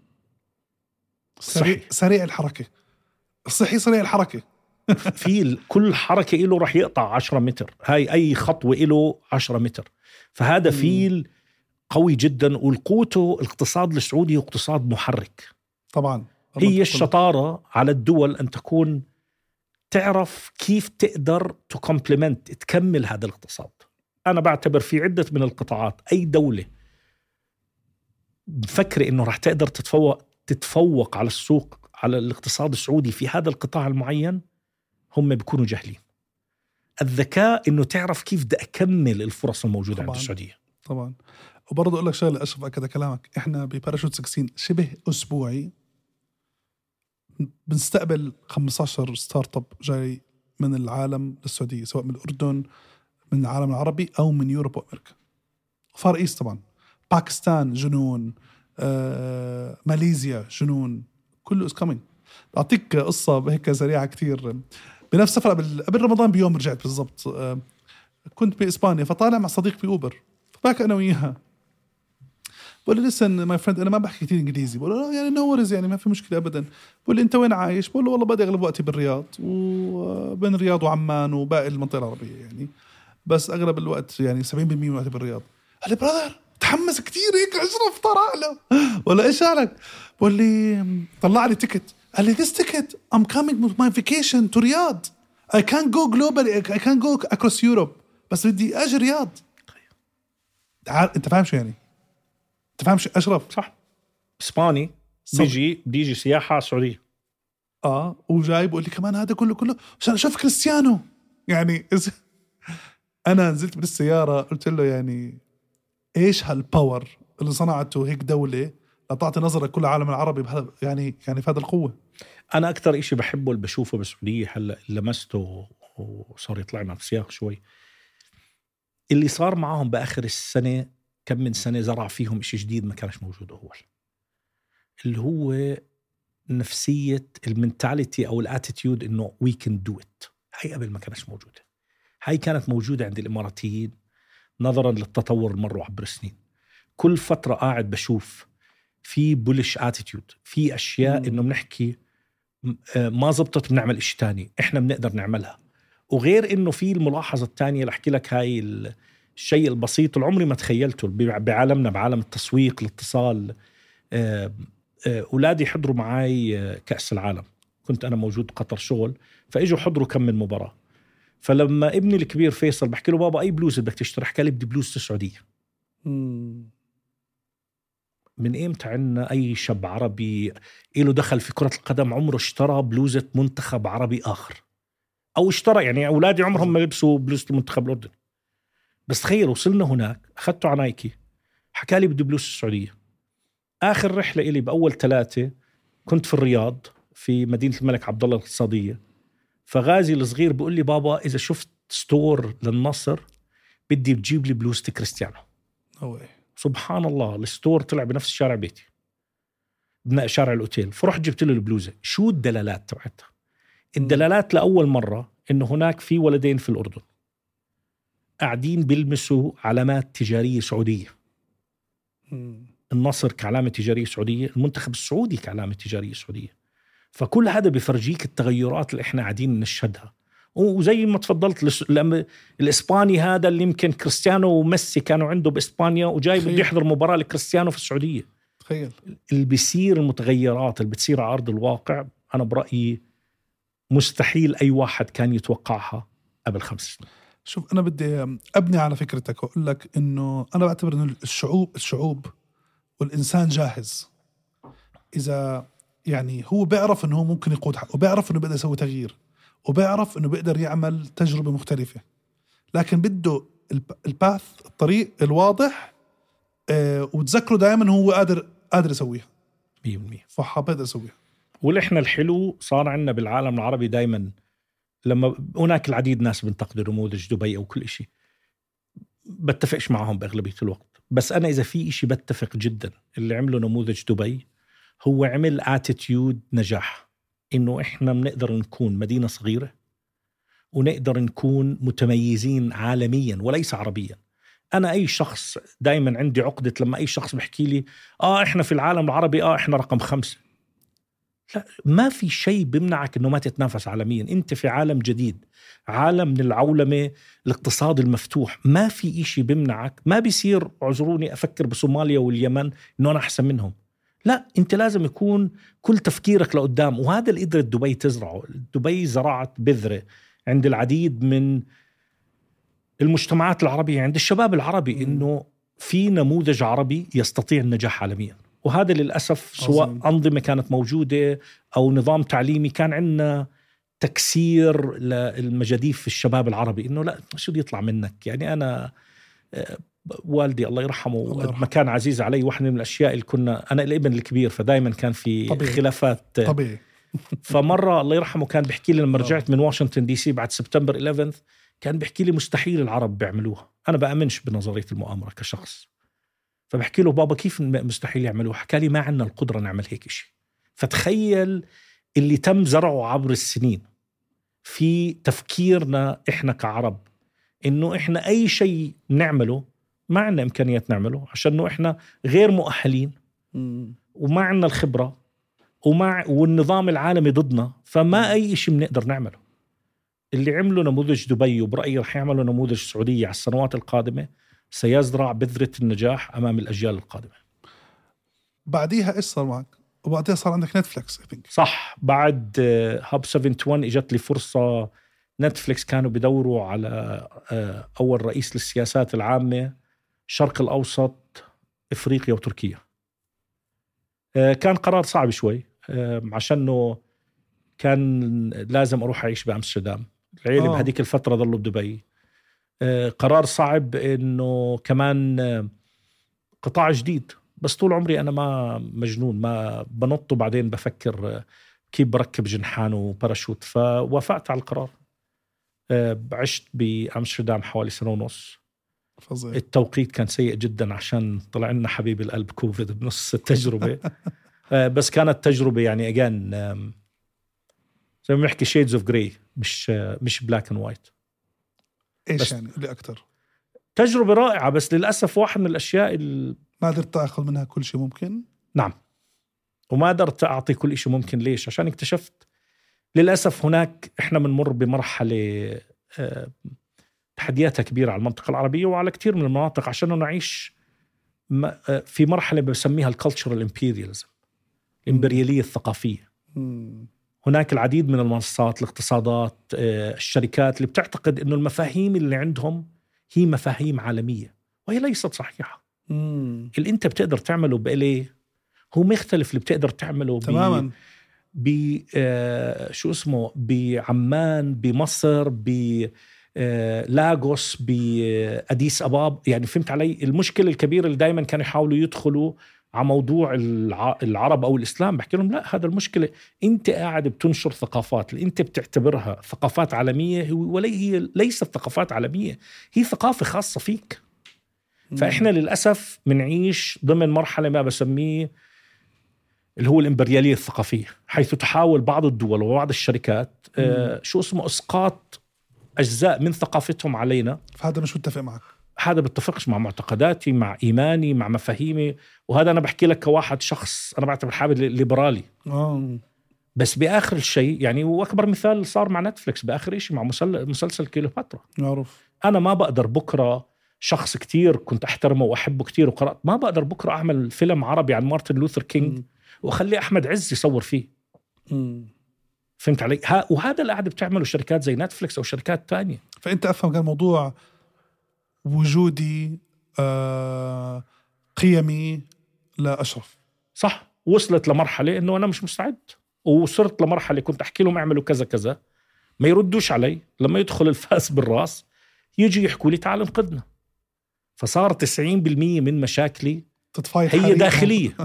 S2: سريع, سريع الحركة، صحي سريع الحركة.
S1: فيل كل حركة إله رح يقطع عشرة متر، هاي أي خطوة إله عشرة متر. فهذا فيل قوي جدا. والقوته الاقتصاد السعودي اقتصاد محرك
S2: طبعا.
S1: هي الشطارة على الدول أن تكون تعرف كيف تقدر تكمبلمنت تكمل هذا الاقتصاد. أنا بعتبر في عدة من القطاعات أي دولة بفكر إنه رح تقدر تتفوق تتفوق على السوق على الاقتصاد السعودي في هذا القطاع المعين، هم بيكونوا جاهلين. الذكاء إنه تعرف كيف بدي أكمل الفرص الموجودة عند السعودية.
S2: طبعا. وبرضه أقول لك شغلة أشرف أكد كلامك، إحنا بباراشوت ستة شبه أسبوعي بنستقبل خمسة عشر ستارت اب جاي من العالم للسعودية، سواء من الأردن من العالم العربي أو من يوروب وأمريكا. فار إيست طبعا، باكستان جنون، آه، ماليزيا جنون، كله is coming. أعطيك قصة هيك سريعة كتير. بنفس سفرة قبل قبل رمضان بيوم رجعت بالضبط، آه، كنت بإسبانيا، فطالع مع صديق بأوبر، فباك أنا وياها، بقول لي listen my friend أنا ما بحكي كتير إنجليزي. بقول له يعني no worries يعني ما في مشكلة أبدا. بقول لي أنت وين عايش؟ بقول له والله بدي أغلب وقتي بالرياض، وبين الرياض وعمان وباقي المنطقة العربية يعني، بس أغلب الوقت يعني سبعين بالمية من وقتي بالرياض. قال لي برادر تحمس كتير هيك أشرف طلع له ولا إيش قالك؟ بقول لي طلع لي تيكت، قال لي this ticket I'm coming with my vacation to Riyadh I can't go globally I can't go across Europe بس بدي أجي رياض. أنت فاهم شو يعني؟ أنت فاهم شو أشرف؟
S1: صح. إسباني بيجي بيجي سياحة سعودية.
S2: آه وجاي بقول لي كمان هذا كله كله عشان أشوف كريستيانو يعني. أنا نزلت بالسيارة قلت له يعني إيش هالباور اللي صنعته هيك دولة لتعطي نظرة كل العالم العربي بهذا يعني يعني في هذا القوة.
S1: أنا أكتر إشي بحبه اللي بشوفه بالسعودية هلا لمسته وصار يطلعنا في سياق شوي اللي صار معهم بآخر السنة. كم من سنة زرع فيهم إشي جديد ما كانش موجود أول، اللي هو نفسية المنتاليتي أو الاتيتيود إنه we can do it. هاي قبل ما كانش موجودة. هاي كانت موجودة عند الإماراتيين نظرا للتطور المر عبر السنين. كل فترة قاعد بشوف في بولش اتيتيود، في أشياء
S2: مم.
S1: إنه بنحكي ما زبطت بنعمل إشي تاني، إحنا بنقدر نعملها. وغير إنه في الملاحظة الثانية لحكي لك هاي الشيء البسيط العمري ما تخيلته بعالمنا، بعالم التسويق الاتصال. أولادي حضروا معاي كأس العالم، كنت أنا موجود قطر شغل، فإجوا حضروا كم من مباراة. فلما ابني الكبير فيصل بحكي له بابا أي بلوز بدك تشتري؟ حكى لي بدي بلوز السعودية. من إمتى عنا أي شاب عربي إله دخل في كرة القدم عمره اشترى بلوزة منتخب عربي آخر؟ أو اشترى، يعني أولادي عمرهم ما لبسوا بلوزة المنتخب الأردني. بس تخيل وصلنا هناك أخذته على نايكي، حكى لي بدي بلوز السعودية. آخر رحلة إلي بأول ثلاثة كنت في الرياض في مدينة الملك عبدالله الاقتصادية، فغازي الصغير بيقول لي بابا إذا شفت ستور للنصر بدي بتجيب لي بلوزة كريستيانو.
S2: أوه.
S1: سبحان الله، الستور طلع بنفس شارع بيتي، بناء شارع الأوتيل. فرحت جبت له البلوزة. شو الدلالات تبعتها؟ الدلالات لأول مرة إنه هناك في ولدين في الأردن قاعدين بيلمسوا علامات تجارية سعودية. النصر كعلامة تجارية سعودية، المنتخب السعودي كعلامة تجارية سعودية. فكل هذا بفرجيك التغيرات اللي احنا قاعدين نشهدها. وزي ما تفضلت الإسباني هذا اللي يمكن كريستيانو وميسي كانوا عنده بإسبانيا وجاي بده يحضر مباراة لكريستيانو في السعودية.
S2: تخيل
S1: اللي بيصير، المتغيرات اللي بتصير على أرض الواقع، أنا برأيي مستحيل أي واحد كان يتوقعها قبل خمس سنين.
S2: شوف أنا بدي أبني على فكرتك وأقول لك إنه أنا بعتبر إنه الشعوب الشعوب والإنسان جاهز إذا يعني هو بيعرف إنه هو ممكن يقود حق، وبيعرف إنه بيقدر يسوي تغيير، وبيعرف إنه بيقدر يعمل تجربة مختلفة، لكن بده الباث الطريق الواضح اه وتذكره دائما هو قادر قادر يسويها
S1: مية بالمية.
S2: فحابب يسويها.
S1: والإحنا الحلو صار عندنا بالعالم العربي دائما لما هناك العديد ناس بنتقد نموذج دبي أو كل إشي، بتفقش معهم بأغلبية الوقت. بس أنا إذا في إشي بتفق جدا اللي عمله نموذج دبي، هو عمل اتيتيود نجاح، إنه إحنا بنقدر نكون مدينة صغيرة ونقدر نكون متميزين عالميا وليس عربيا. أنا أي شخص دايما عندي عقدة لما أي شخص بحكي لي آه إحنا في العالم العربي آه إحنا رقم خمسة. لا، ما في شيء بمنعك إنه ما تتنافس عالميا. أنت في عالم جديد، عالم من العولمة، الاقتصاد المفتوح، ما في إشي بمنعك. ما بيصير عذروني أفكر بصوماليا واليمن إنه أنا أحسن منهم. لا، أنت لازم يكون كل تفكيرك لقدام. وهذا اللي قدرت دبي تزرعه. دبي زرعت بذرة عند العديد من المجتمعات العربية، عند الشباب العربي، إنه في نموذج عربي يستطيع النجاح عالميا. وهذا للأسف سواء أنظمة كانت موجودة أو نظام تعليمي، كان عندنا تكسير للمجاديف في الشباب العربي، إنه لا شو دي يطلع منك. يعني أنا والدي الله يرحمه, الله يرحمه. مكان عزيز علي. واحدة من الأشياء اللي كنا، أنا الابن الكبير فدايما كان في طبيعي. خلافات
S2: طبيعي.
S1: فمرة الله يرحمه كان بيحكي لي لما رجعت من واشنطن دي سي بعد سبتمبر إحداشر، كان بيحكي لي مستحيل العرب بيعملوها. أنا بأمنش بنظرية المؤامرة كشخص، فبحكي له بابا كيف مستحيل يعملوها؟ حكى لي ما عندنا القدرة نعمل هيك إشي. فتخيل اللي تم زرعه عبر السنين في تفكيرنا إحنا كعرب، إنه إحنا أي شيء نعمله ما عندنا إمكانيات نعمله، عشان إحنا غير مؤهلين وما عندنا الخبرة ومع والنظام العالمي ضدنا، فما أي شيء بنقدر نعمله. اللي عمله نموذج دبي وبرأيي رح يعملوا نموذج السعودية على السنوات القادمة سيزرع بذرة النجاح أمام الأجيال القادمة.
S2: بعديها إيش صار معك؟ وبعديها صار عندك نتفليكس.
S1: صح، بعد هاب سبعة وسبعين إجت لي فرصة. نتفليكس كانوا بدوروا على أول رئيس للسياسات العامة الشرق الأوسط، إفريقيا وتركيا. كان قرار صعب شوي، عشانه كان لازم أروح أعيش بأمستردام. العيلة آه. بهديك الفترة ظلوا بدبي. قرار صعب، إنه كمان قطاع جديد، بس طول عمري أنا ما مجنون، ما بنط وبعدين بفكر كيف بركب جنحان وباراشوت. فوافقت على القرار. عشت بأمستردام حوالي سنة ونص.
S2: فظيع.
S1: التوقيت كان سيء جدا عشان طلع لنا حبيب القلب كوفيد بنص التجربة. بس كانت تجربة يعني أجان زي ما بنحكي شيدز اوف جراي، مش مش بلاك اند وايت.
S2: ايش يعني اللي اكتر؟
S1: تجربة رائعة، بس للأسف واحد من الأشياء اللي
S2: ما قدرت أخذ منها كل شيء ممكن.
S1: نعم، وما قدرت أعطي كل شيء ممكن. ليش؟ عشان اكتشفت للأسف هناك إحنا بنمر بمرحلة تحدياتها كبيرة على المنطقة العربية وعلى كتير من المناطق، عشان نعيش في مرحلة بسميها الكالتشرال امبيرياليزم، الإمبريالية الثقافية.
S2: م.
S1: هناك العديد من المنصات، الاقتصادات، الشركات اللي بتعتقد إنه المفاهيم اللي عندهم هي مفاهيم عالمية، وهي ليست صحيحة.
S2: مم.
S1: اللي أنت بتقدر تعمله بإليه هو مختلف اللي بتقدر تعمله
S2: تماما
S1: ب آه شو اسمه بعمان، بمصر، بلاغوس، بأديس أباب. يعني فهمت علي؟ المشكلة الكبيرة اللي دايما كانوا يحاولوا يدخلوا على موضوع العرب أو الإسلام، بحكي لهم لا، هذا المشكلة أنت قاعد بتنشر ثقافات اللي أنت بتعتبرها ثقافات عالمية، ولا هي ليست ثقافات عالمية، هي ثقافة خاصة فيك. فإحنا للأسف منعيش ضمن مرحلة ما بسميه اللي هو الإمبريالية الثقافية، حيث تحاول بعض الدول وبعض الشركات آه شو اسمه إسقاط أجزاء من ثقافتهم علينا.
S2: فهذا مش متفق معك.
S1: هذا بتفقش مع معتقداتي، مع إيماني، مع مفاهيمي. وهذا أنا بحكي لك كواحد شخص أنا بعتبر حابب ليبرالي.
S2: أوه.
S1: بس بآخر الشيء يعني، وأكبر مثال صار مع نتفليكس بآخر إشي مع مسلسل كليوباترا.
S2: معروف.
S1: أنا ما بقدر بكرة شخص كتير كنت أحترمه وأحبه كتير وقرأت، ما بقدر بكرة أعمل فيلم عربي عن مارتن لوثر كينج م. وأخلي أحمد عز يصور فيه. م. فهمت علي؟ ها وهذا اللي قاعد بتعمله شركات زي نتفليكس أو شركات تانية.
S2: فأنت أفهم كان الموضوع وجودي آه قيمي لا أشرف.
S1: صح. وصلت لمرحلة إنه أنا مش مستعد، وصرت لمرحلة كنت أحكي لهم اعملوا كذا كذا ما يردوش علي. لما يدخل الفاس بالراس يجي يحكوا لي تعال انقذنا. فصار تسعين بالمية من مشاكلي هي داخلية.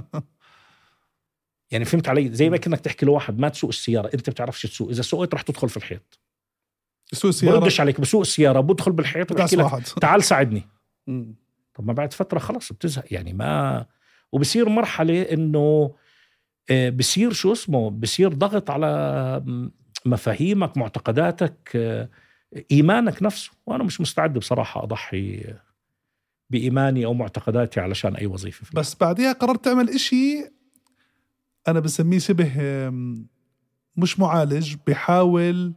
S1: يعني فهمت علي؟ زي ما كأنك تحكي لواحد ما تسوق السيارة، أنت بتعرفش تسوق، إذا سوقت رح تدخل في الحيط.
S2: سوق السيارة
S1: بردش عليك، بسوق السيارة بدخل بالحيط وبحكي لك تعال ساعدني.
S2: م.
S1: طب ما بعد فترة خلاص بتزهق يعني. ما وبصير مرحلة إنه بصير شو اسمه بصير ضغط على مفاهيمك، معتقداتك، إيمانك نفسه. وأنا مش مستعد بصراحة أضحي بإيماني أو معتقداتي علشان أي وظيفة.
S2: بس بعدها قررت تعمل إشي أنا بسميه شبه مش معالج، بيحاول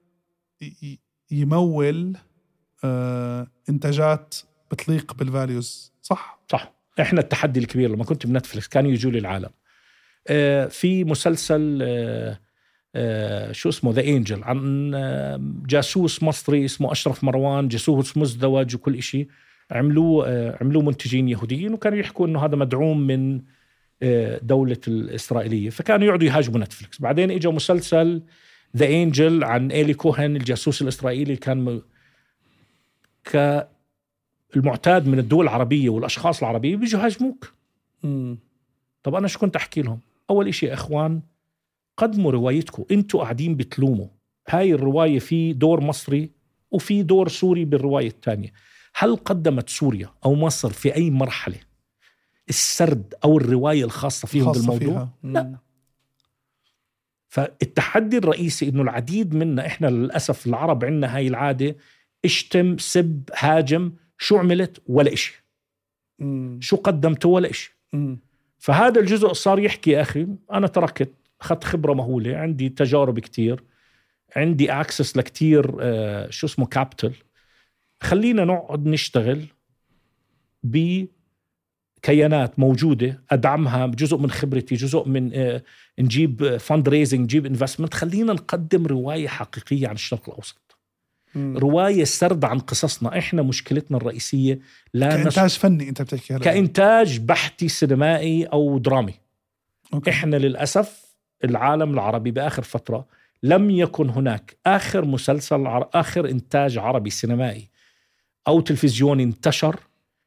S2: يمول إنتاجات بتليق بالفاليوز. صح؟
S1: صح. إحنا التحدي الكبير لما كنت بنتفليكس كانوا يجوا لي العالم في مسلسل شو اسمه ذا إنجل، عن جاسوس مصري اسمه أشرف مروان، جاسوس مزدوج وكل إشي. عملوه عملوه منتجين يهوديين، وكانوا يحكوا إنه هذا مدعوم من دولة الإسرائيلية، فكانوا يقعدوا يهاجموا نتفليكس. بعدين إجا مسلسل ذا إنجل عن إيلي كوهن الجاسوس الإسرائيلي، كان كالمعتاد من الدول العربية والأشخاص العربية بيجوا يهاجموك. طب أنا شو كنت أحكي لهم؟ أول إشي يا إخوان، قدموا روايتكم. أنتوا قاعدين بتلوموا هاي الرواية في دور مصري وفي دور سوري بالرواية الثانية. هل قدمت سوريا أو مصر في أي مرحلة السرد أو الرواية الخاصة فيهم
S2: خاصة
S1: بالموضوع؟
S2: فيها.
S1: لا. فالتحدي الرئيسي إنه العديد منا، إحنا للأسف العرب عندنا هاي العادة، اشتم، سب، هاجم. شو عملت؟ ولا إشي.
S2: مم.
S1: شو قدمته؟ ولا إشي.
S2: مم.
S1: فهذا الجزء صار يحكي يا أخي أنا تركت، أخذت خبرة مهولة، عندي تجارب كتير، عندي أكسس لكتير آه شو اسمه كابيتال، خلينا نقعد نشتغل بكيانات موجودة أدعمها بجزء من خبرتي، جزء من آه نجيب فاند ريزنج، نجيب انفستمنت. خلينا نقدم رواية حقيقية عن الشرق الأوسط. مم. رواية سرد عن قصصنا. إحنا مشكلتنا الرئيسية لا
S2: كإنتاج
S1: نش...
S2: فني أنت بتحكي هلا،
S1: كإنتاج بحثي سينمائي أو درامي.
S2: أوكي.
S1: إحنا للأسف العالم العربي بآخر فترة لم يكن هناك آخر مسلسل عر... آخر إنتاج عربي سينمائي أو تلفزيوني انتشر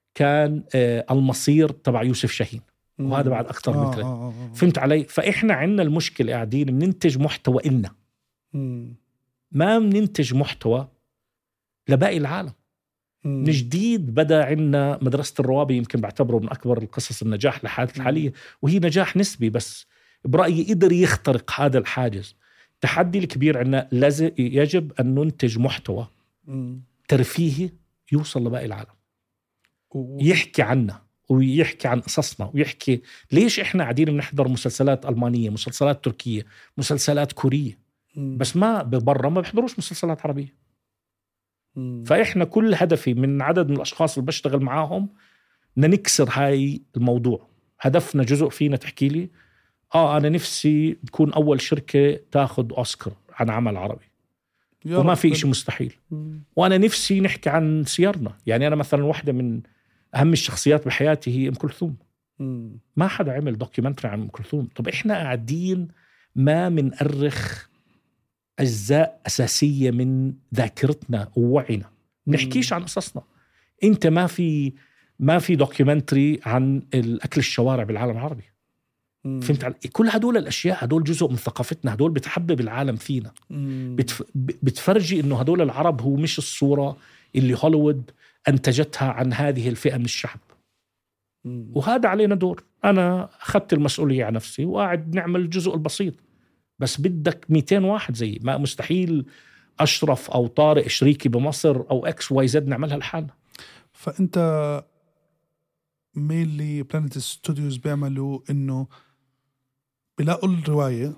S1: كان آه المصير تبع يوسف شاهين، وهذا بعد أكثر
S2: آه
S1: من ثلاث.
S2: آه آه.
S1: فهمت علي؟ فإحنا عندنا المشكلة قاعدين بننتج محتوى إلنا،
S2: مم.
S1: ما بننتج محتوى لباقي العالم.
S2: مم.
S1: من جديد بدأ عندنا مدرسة الروابي، يمكن بعتبره من أكبر القصص النجاح لحالة الحالية، وهي نجاح نسبي بس برأيي قدر يخترق هذا الحاجز. التحدي الكبير عندنا لازم يجب أن ننتج محتوى
S2: مم.
S1: ترفيهي يوصل لباقي العالم،
S2: و-
S1: يحكي عنا ويحكي عن قصصنا، ويحكي ليش إحنا قاعدين بنحضر مسلسلات ألمانية، مسلسلات تركية، مسلسلات كورية،
S2: مم.
S1: بس ما ببرا ما بيحضروش مسلسلات عربية.
S2: مم.
S1: فإحنا كل هدفي من عدد من الأشخاص اللي بشتغل معاهم ننكسر هاي الموضوع. هدفنا جزء فينا تحكي لي آه أنا نفسي تكون أول شركة تاخد أوسكار عن عمل عربي،
S2: يا
S1: وما
S2: رب.
S1: في إشي مستحيل.
S2: مم.
S1: وأنا نفسي نحكي عن سيارنا. يعني أنا مثلا واحدة من أهم الشخصيات بحياتي هي أم كلثوم،
S2: مم.
S1: ما حدا عمل دوكيومنتري عن أم كلثوم. طب إحنا قاعدين ما منأرخ أجزاء أساسية من ذاكرتنا ووعينا، نحكيش عن قصصنا. أنت ما في ما في دوكيومنتري عن الأكل الشوارع بالعالم العربي.
S2: مم.
S1: فهمت علي؟ كل هدول الأشياء هدول جزء من ثقافتنا، هدول بتحبب العالم فينا،
S2: مم.
S1: بتف... بتفرجي إنه هدول العرب هو مش الصورة اللي هوليوود أنتجتها عن هذه الفئة من الشعب.
S2: مم.
S1: وهذا علينا دور. أنا أخذت المسؤولية على نفسي وقاعد نعمل الجزء البسيط، بس بدك مئتين واحد زي ما مستحيل أشرف أو طارق شريكي بمصر أو إكس واي زد نعملها لحالنا.
S2: فأنت مينلي بلانيت ستوديوز بيعملوا إنه بلاقوا الرواية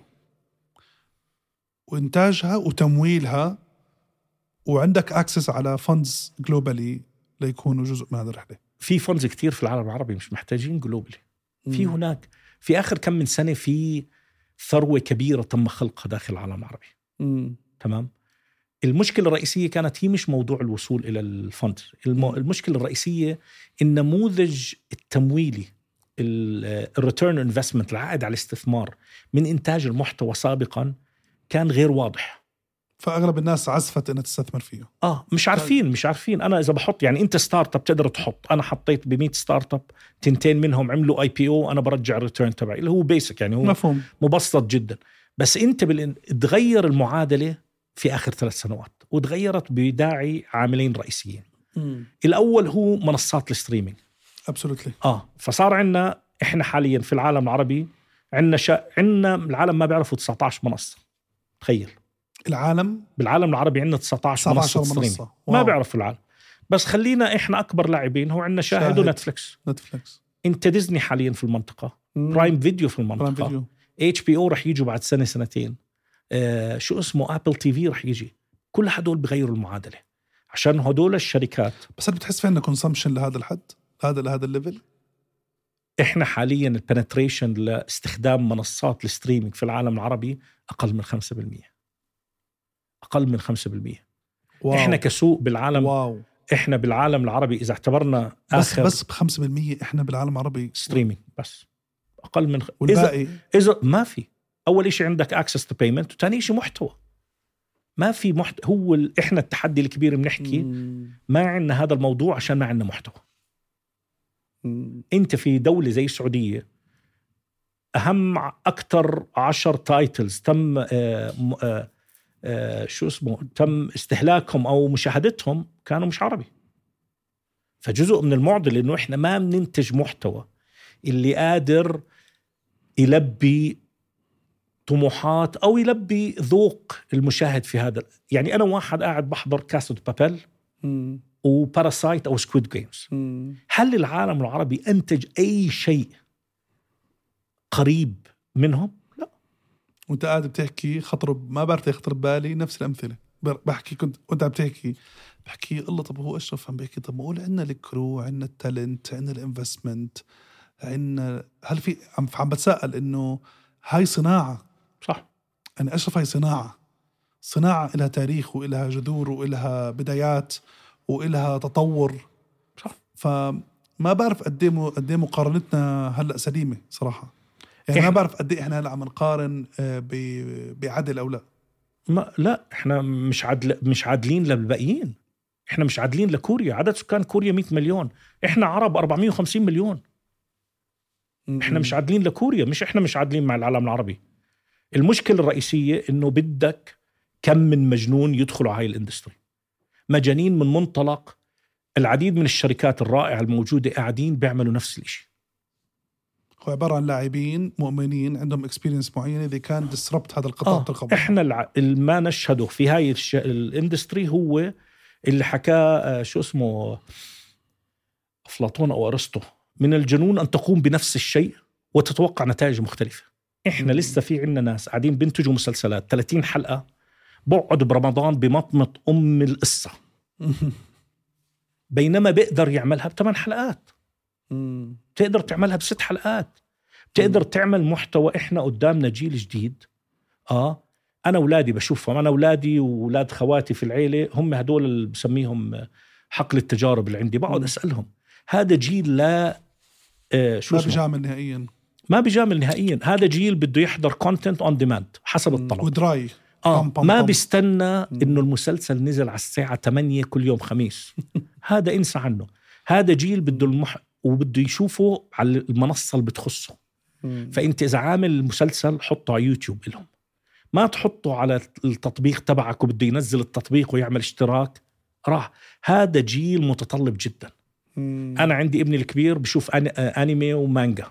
S2: وإنتاجها وتمويلها، وعندك أكسس على فندز جلوبالي ليكونوا جزء من هذه الرحلة.
S1: في فندز كتير في العالم العربي، مش محتاجين جلوبالي. في هناك في آخر كم من سنة في ثروة كبيرة تم خلقها داخل العالم العربي.
S2: مم.
S1: تمام. المشكلة الرئيسية كانت هي مش موضوع الوصول إلى الفند. المو... المشكلة الرئيسية النموذج التمويلي، الريتيرن انفستمنت، العائد على الاستثمار من إنتاج المحتوى سابقا كان غير واضح.
S2: فأغلب الناس عزفت إنها تستثمر فيه.
S1: آه مش عارفين مش عارفين أنا إذا بحط، يعني أنت ستارت اب تقدر تحط، أنا حطيت بمئة ستارت اب، تنتين منهم عملوا اي بي او، أنا برجع الريتيرن تبعي اللي هو بيسك، يعني هو
S2: مفهوم.
S1: مبسط جدا. بس أنت بال... تغير المعادلة في آخر ثلاث سنوات، وتغيرت بداعي عاملين رئيسيين.
S2: مم.
S1: الأول هو منصات الستريمينج.
S2: Absolutely.
S1: آه فصار عندنا إحنا حاليا في العالم العربي عندنا شا... عندنا العالم ما بيعرفوا تسعة عشر منصة. تخيل
S2: العالم
S1: بالعالم العربي عندنا تسعة عشر منصة ستريمينج، ما بيعرفوا العالم. بس خلينا إحنا أكبر لاعبين هو عندنا شاهد, شاهد. ونتفليكس.
S2: نتفليكس.
S1: أنت ديزني حاليا في المنطقة، مم. برايم فيديو في المنطقة، اتش بي او رح يجوا بعد سنة سنتين، آه شو اسمه أبل تي في رح يجي. كل هدول بغيروا المعادلة عشان هدول الشركات.
S2: بس هل بتحس فينا كونسامشن لهذا الحد، هذا لهذا الليفل؟
S1: إحنا حاليا البنتريشن لاستخدام منصات الستريمينج في العالم العربي أقل من خمسة بالمية، أقل من خمسة بالمية. واو. إحنا كسوق بالعالم، واو. إحنا بالعالم العربي إذا اعتبرنا
S2: بس
S1: آخر
S2: بس بخمسة بالمية إحنا بالعالم العربي
S1: ستريمينج بس أقل من خ...
S2: والباقي
S1: إذا... إذا ما في أول إشي عندك access to payment، وتاني إشي محتوى. ما في محتوى. هو ال... إحنا التحدي الكبير بنحكي مم. ما عندنا هذا الموضوع عشان ما عندنا محتوى. مم. أنت في دولة زي السعودية أهم أكتر عشر تايتلز تم آه آه آه شو اسمه تم استهلاكهم أو مشاهدتهم كانوا مش عربي. فجزء من المعضلة إنه إحنا ما بننتج محتوى اللي قادر يلبي طموحات أو يلبي ذوق المشاهد في هذا. يعني أنا واحد قاعد بحضر كاسة بابل وباراسايت أو سكويد جيمز، هل العالم العربي أنتج أي شيء قريب منهم؟ لا.
S2: وانت قاعد بتحكي خطر ما بعرف يخطر بالي نفس الأمثلة. بحكي كنت وانت بتحكي بحكي الله طب هو أشرف عم بيحكي طب ما أقول عنا الكرو، عنا التالنت، عنا الانفستمنت، عنا هل في عم عم بتساءل إنه هاي صناعة.
S1: صح.
S2: أنا أشرف هاي صناعة صناعة إلها تاريخ وإلها جذور وإلها بدايات وإلها تطور.
S1: صح.
S2: فما بعرف قديمه قديه مقارنتنا هلأ سليمة صراحة. يعني ما بعرف قد ايه احنا هلا عم نقارن بعدل او لا.
S1: ما لا احنا مش عدل مش عادلين للباقيين. احنا مش عادلين لكوريا، عدد سكان كوريا مئة مليون، احنا عرب أربعمئة وخمسين مليون. احنا مش عادلين لكوريا، مش احنا مش عادلين مع العالم العربي. المشكلة الرئيسية انه بدك كم من مجنون يدخلوا هاي الاندستري، مجانين من منطلق العديد من الشركات الرائعة الموجودة قاعدين بيعملوا نفس الاشي.
S2: هو عبارة عن لاعبين مؤمنين عندهم اكسبيرينس معينة إذا كان ديسربت هذا القطاع
S1: آه.
S2: القبضي.
S1: احنا الع... ما نشهده في هاي الش... الاندستري هو اللي حكاه شو اسمه أفلاطون أو أرسطو، من الجنون أن تقوم بنفس الشيء وتتوقع نتائج مختلفة. إحنا م- لسه في عنا ناس قاعدين بينتجوا مسلسلات ثلاثين حلقة، بقعد برمضان بمطمط أم القصة بينما بيقدر يعملها بثمان حلقات، م- تقدر تعملها بست حلقات، تقدر م- تعمل محتوى. إحنا قدامنا جيل جديد. آه أنا أولادي بشوفهم، أنا أولادي وأولاد خواتي في العيلة هم هدول اللي بسميهم حقل التجارب اللي عندي، بقعد أسألهم هذا جيل لا آه شو
S2: ما بيجامل نهائيا،
S1: ما بيجامل نهائيا. هذا جيل بده يحضر كونتنت اون ديماند حسب الطلب
S2: ودراي
S1: آه
S2: بام بام
S1: ما
S2: بام.
S1: بيستنى إنه المسلسل نزل على الساعة ثمانية كل يوم خميس هذا انسى عنه. هذا جيل بده المح... وبده يشوفه على المنصة اللي بتخصه. فأنت إذا عامل المسلسل حطه على يوتيوب لهم، ما تحطه على التطبيق تبعك وبده ينزل التطبيق ويعمل اشتراك. راح هذا جيل متطلب جدا. مم. أنا عندي ابني الكبير بشوف أنيمي ومانجا.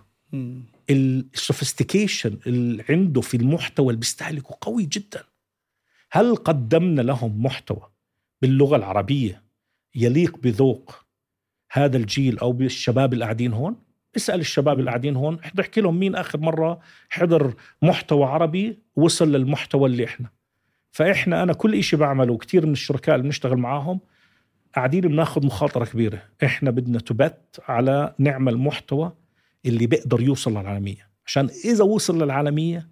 S1: السوفيستيكيشن اللي عنده في المحتوى اللي بيستهلكه قوي جدا. هل قدمنا لهم محتوى باللغة العربية يليق بذوق هذا الجيل أو بالشباب اللي قاعدين هون؟ اسأل الشباب اللي قاعدين هون، احكي لهم مين آخر مرة حضر محتوى عربي وصل للمحتوى اللي إحنا. فإحنا أنا كل إشي بعمله وكتير من الشركاء اللي بنشتغل معاهم قاعدين بناخد مخاطرة كبيرة. إحنا بدنا تبت على نعمل محتوى اللي بيقدر يوصل للعالمية، عشان إذا وصل للعالمية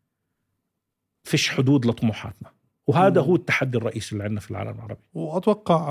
S1: فيش حدود لطموحاتنا. وهذا هو التحدي الرئيسي اللي عندنا في العالم العربي.
S2: وأتوقع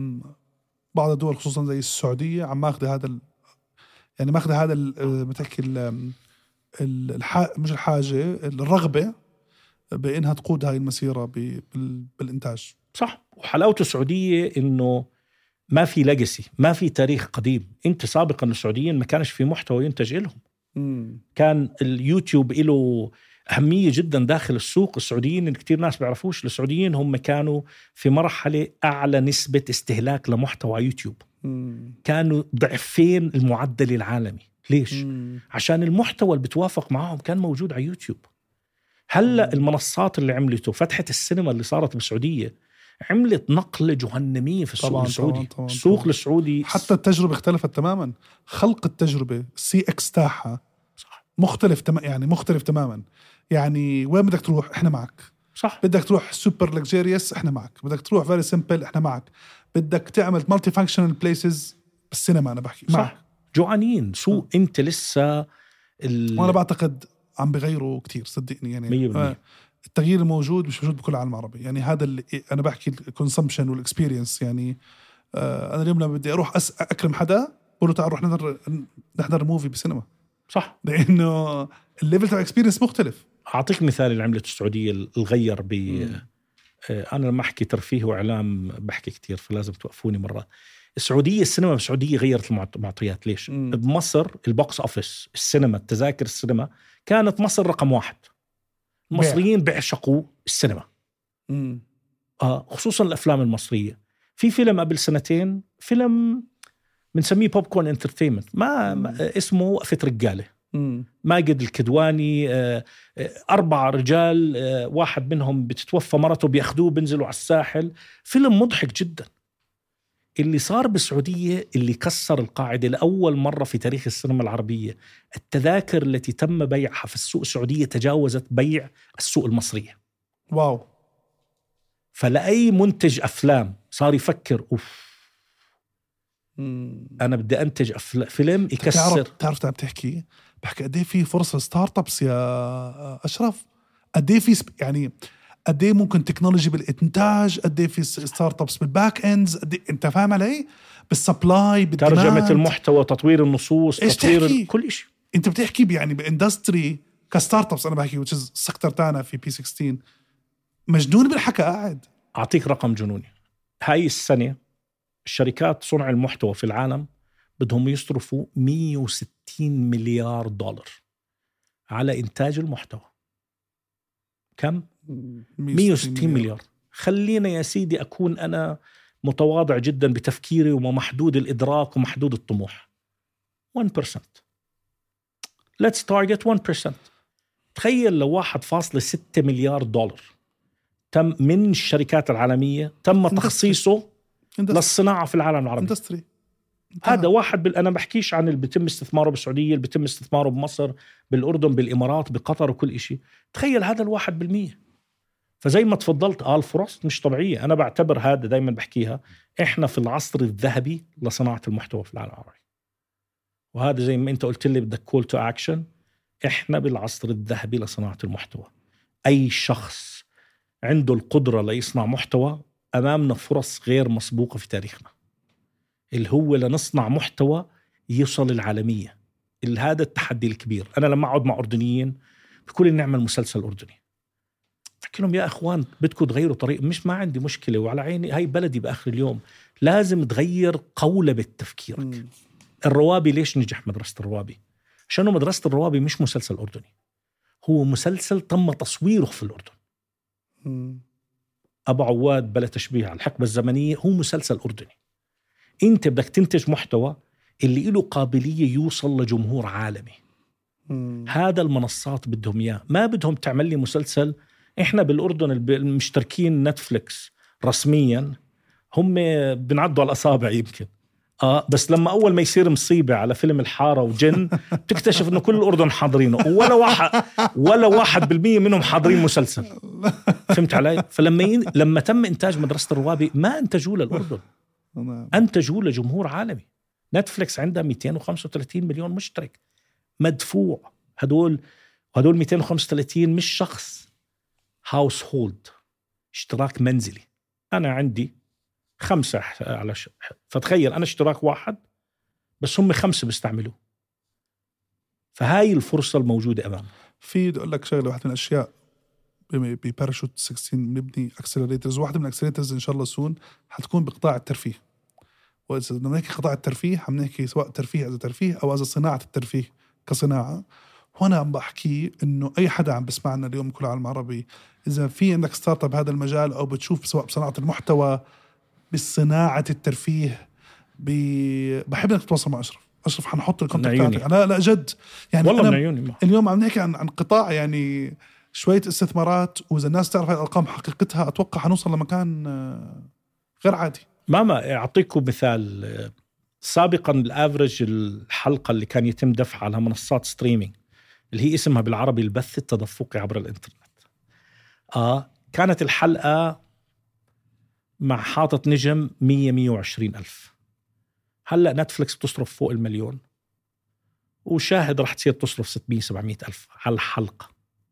S2: بعض الدول خصوصا زي السعودية عم ماخذ هذا ال... يعني ماخذ هذا بتحكي ال... الح... مش الحاجة الرغبة بإنها تقود هاي المسيرة ب... بال... بالإنتاج.
S1: صح. وحلاوة السعودية إنه ما في ليجاسي، ما في تاريخ قديم. انت سابقا السعوديين ما كانش في محتوى ينتج لهم. مم. كان اليوتيوب له أهمية جدا داخل السوق. السعوديين كتير ناس بيعرفوش، السعوديين هم كانوا في مرحلة أعلى نسبة استهلاك لمحتوى يوتيوب. مم. كانوا ضعفين المعدل العالمي. ليش؟ مم. عشان المحتوى اللي بتوافق معهم كان موجود على يوتيوب. هلأ المنصات اللي عملته، فتحة السينما اللي صارت بالسعودية عملت نقلة جهنمية في السوق طبعاً السعودي. طبعاً طبعاً السوق طبعاً. السعودي
S2: حتى التجربة اختلفت تماماً. خلق التجربة السي اكس تاعها مختلف تم... يعني مختلف تماماً. يعني وين بدك تروح احنا معك.
S1: صح.
S2: بدك تروح سوبر لكجيريوس احنا معك، بدك تروح فيري سيمبل احنا معك، بدك تعمل مالتي فانكشنال بليسز بالسينما انا بحكي
S1: صح.
S2: معك.
S1: جوعانين سوق. م. انت لسه
S2: ال... وانا بعتقد عم بغيروا كتير صدقني. يعني
S1: مية بالمية
S2: التغيير الموجود مش موجود بكل العالم العربي. يعني هذا اللي انا بحكي الكونسمبشن والاكسبيرينس. يعني آه انا اليوم لما بدي اروح أس... اكرم حدا بقول له تعال نروح نحضر نحضر موفي بالسينما.
S1: صح.
S2: لانه الليفل تاع اكسبيرينس مختلف.
S1: اعطيك مثال اللي عملته السعوديه الغير ب آه انا لما احكي ترفيه واعلام بحكي كتير فلازم توقفوني مره. السعوديه السينما بالسعوديه غيرت المعطيات. ليش؟ مم. بمصر البوكس اوفيس السينما التذاكر السينما كانت مصر رقم واحد. المصريين بيعشقوا السينما. مم. آه خصوصا الأفلام المصرية. في فيلم قبل سنتين فيلم بنسميه بوب كورن انترتينمنت ما, ما اسمه وقفة رجالة. مم. ماجد الكدواني آه آه أربع رجال آه واحد منهم بتتوفى مرته بياخدوه بينزلوا على الساحل. فيلم مضحك جدا. اللي صار بالسعودية اللي كسر القاعدة لأول مرة في تاريخ السينما العربية، التذاكر التي تم بيعها في السوق السعودية تجاوزت بيع السوق المصرية.
S2: واو.
S1: فلأي منتج أفلام صار يفكر أوف مم. أنا بدي أنتج أفل... فيلم يكسر.
S2: تعرف تعرف تعرف تحكي بحكي قديه في فرصة ستارت أبس يا أشرف. قديه في سب... يعني قديه ممكن تكنولوجي بالإنتاج، قديه في ستارت أبس بالباك إندز، قديه أنت فاهم علي بالسبلاي بالديماند
S1: ترجمة المحتوى تطوير النصوص تطوير ال... كل شيء.
S2: أنت بتحكي يعني باندستري كستارت أبس. أنا بحكي which is السكتر تاعنا في بي ستة عشر مجنون بالحكا قاعد.
S1: أعطيك رقم جنوني. هاي السنة الشركات صنع المحتوى في العالم بدهم يصرفوا مية وستين مليار دولار على إنتاج المحتوى. كم؟ مية وستين مليار. خلينا يا سيدي أكون أنا متواضع جدا بتفكيري ومحدود الإدراك ومحدود الطموح. واحد بالمئة. Let's target واحد بالمئة. تخيل لو واحد فاصلة ستة مليار دولار تم من الشركات العالمية تم تخصيصه للصناعة في العالم العربي.
S2: اندستري.
S1: هذا واحد بال... أنا بحكيش عن اللي بيتم استثماره بالسعودية، اللي بيتم استثماره بمصر، بالأردن، بالإمارات، بقطر وكل إشي. تخيل هذا الواحد بالمية. فزي ما تفضلت آه الفرص مش طبيعية. أنا بعتبر هذا دايما بحكيها، إحنا في العصر الذهبي لصناعة المحتوى في العالم العربي. وهذا زي ما أنت قلت لي بدك call to action. إحنا بالعصر الذهبي لصناعة المحتوى. أي شخص عنده القدرة ليصنع محتوى، أمامنا فرص غير مسبوقة في تاريخنا، اللي هو لنصنع محتوى يوصل العالمية. هذا التحدي الكبير. أنا لما أقعد مع أردنيين بقول إن نعمل مسلسل أردني، بحكي لهم يا أخوان بدكم تغيروا طريق، مش ما عندي مشكلة وعلى عيني، هاي بلدي بآخر اليوم. لازم تغير قولبة تفكيرك. الروابي ليش نجح مدرسة الروابي؟ عشانه مدرسة الروابي مش مسلسل أردني، هو مسلسل تم تصويره في الأردن.
S2: مم.
S1: أبو عواد بلا تشبيه على الحقبة الزمنية هو مسلسل أردني. أنت بدك تنتج محتوى اللي له قابلية يوصل لجمهور عالمي.
S2: مم.
S1: هذا المنصات بدهم إياه، ما بدهم تعمل لي مسلسل. إحنا بالأردن المشتركين نتفليكس رسميا هم بنعدوا على الأصابع يمكن. آه بس لما أول ما يصير مصيبة على فيلم الحارة وجن تكتشف إنه كل الأردن حاضرينه، ولا واحد ولا واحد بالمية منهم حاضرين مسلسل. فهمت علي؟ فلما ين... لما تم إنتاج مدرسة الروابي ما أنتجوه للأردن، أنتجوه لجمهور عالمي. نتفليكس عندها مئتين وخمسة وثلاثين مليون مشترك مدفوع. هدول هدول مئتين وخمسة وثلاثين مش شخص، هاوس هولد، اشتراك منزلي. أنا عندي خمسة على ش... فتخيل أنا اشتراك واحد بس هم خمسة بيستعملوه. فهاي الفرصة الموجودة أمام.
S2: في أقول لك شغلة، واحدة من الأشياء بباراشوت ستة عشر بنبني أكسلريترز، واحدة من الأكسلريترز إن شاء الله سون حتكون بقطاع الترفيه. وإذا بدنا نحكي قطاع الترفيه عم نحكي سواء ترفيه إذا ترفيه أو إذا صناعة الترفيه كصناعة. هنا عم بحكي إنه أي حدا عم بسمعنا اليوم كل العالم العربي، إذا في عندك ستارت اب بهذا المجال أو بتشوف سواء بصناعة المحتوى بصناعة الترفيه، ب... بحب انك تتواصل مع أشرف. أشرف حنحط الكونتاكتات. لا لا جد يعني
S1: والله
S2: أنا
S1: من
S2: اليوم عم نحكي عن عن قطاع يعني شوية استثمارات، وإذا الناس تعرف هاي الأرقام حقيقتها أتوقع حنوصل لمكان غير عادي.
S1: ماما أعطيكم مثال. سابقا الافرج الحلقة اللي كان يتم دفعها على منصات ستريمينج اللي هي اسمها بالعربي البث التدفقي عبر الانترنت، آه كانت الحلقة مع حاطط نجم مية مية وعشرين ألف. هلأ نتفليكس بتصرف فوق المليون، وشاهد رح تصير تصرف ستمية سبعمية ألف على الحلقة.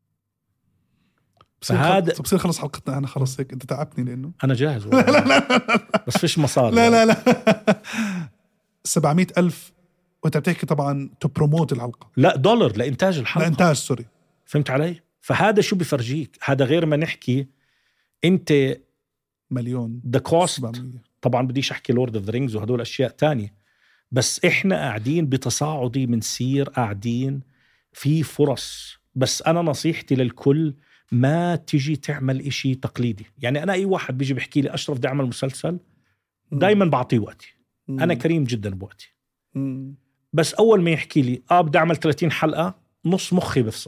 S2: فهذا بصير خلص حلقتنا. أنا خلص هيك أنت تعبتني لأنه
S1: أنا جاهز بس فيش مصاري.
S2: لا لا لا سبعمية ألف وأنت بتحكي طبعا تبروموت الحلقة.
S1: لا دولار لإنتاج الحلقة.
S2: لإنتاج سوري.
S1: فهمت علي؟ فهذا شو بفرجيك. هذا غير ما نحكي أنت
S2: مليون
S1: the cost. طبعا بديش أحكي لورد اوف ذا رينجز وهدول أشياء تانية، بس إحنا قاعدين بتصاعدي من سير، قاعدين في فرص. بس أنا نصيحتي للكل ما تجي تعمل إشي تقليدي. يعني أنا أي واحد بيجي بيحكي لي أشرف بدي أعمل مسلسل، دايما بعطيه وقتي. أنا كريم جدا بوقتي. بس أول ما يحكي لي آه بدي أعمل ثلاثين حلقة، نص مخي بفصل.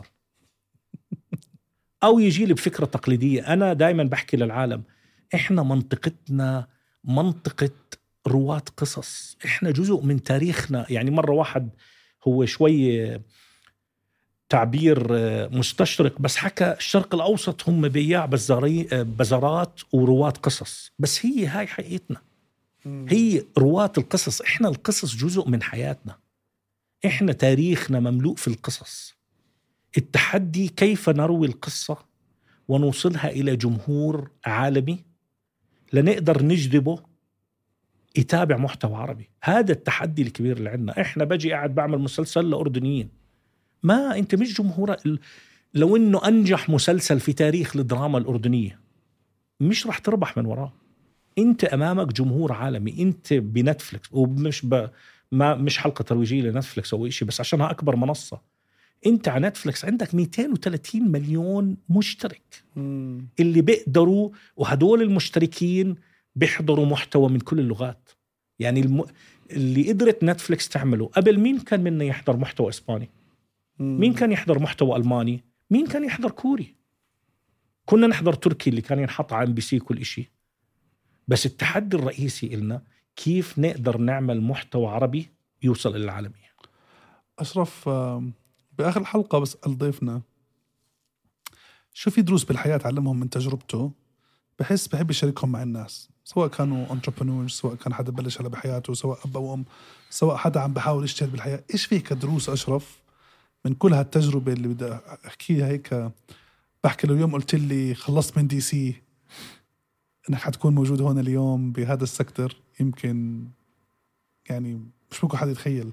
S1: أو يجي لي بفكرة تقليدية. أنا دايما بحكي للعالم إحنا منطقتنا منطقة رواة قصص، إحنا جزء من تاريخنا. يعني مرة واحد هو شوي تعبير مستشرق بس حكى الشرق الأوسط هم بياع بزارات ورواة قصص، بس هي هاي حقيقتنا. هي رواة القصص. إحنا القصص جزء من حياتنا، إحنا تاريخنا مملوء في القصص. التحدي كيف نروي القصة ونوصلها إلى جمهور عالمي لنقدر نجذبه يتابع محتوى عربي. هذا التحدي الكبير اللي عندنا. إحنا بجي قاعد بعمل مسلسل لأردنيين، ما أنت مش جمهور. لو إنه أنجح مسلسل في تاريخ الدراما الأردنية مش رح تربح من وراه. انت امامك جمهور عالمي، انت بنتفليكس، ومش ب... ما مش حلقه ترويجيه لنتفليكس او شيء، بس عشانها اكبر منصه. انت على نتفليكس عندك مئتين وثلاثين مليون مشترك
S2: مم.
S1: اللي بيقدروا، وهدول المشتركين بيحضروا محتوى من كل اللغات. يعني الم... اللي قدرت نتفليكس تعمله قبل، مين كان منا يحضر محتوى اسباني؟
S2: مم.
S1: مين كان يحضر محتوى الماني؟ مين كان يحضر كوري؟ كنا نحضر تركي اللي كان ينحط على ام بي سي كل إشي. بس التحدي الرئيسي إلنا كيف نقدر نعمل محتوى عربي يوصل للعالمية.
S2: أشرف، بآخر الحلقة بسأل ضيفنا شو في دروس بالحياة تعلمهم من تجربته بحس بحب يشاركهم مع الناس، سواء كانوا entrepreneurs، سواء كان حدا بلش على بحياته، سواء أب أو أم، سواء حدا عم بحاول يشتغل بالحياة. إيش فيك دروس أشرف من كل هالتجربة اللي بدي أحكيها؟ هيك بحكي له اليوم قلت لي خلصت من دي سي إنك حتكون موجود هون اليوم بهذا السكتر، يمكن يعني مش ممكن حد يتخيل.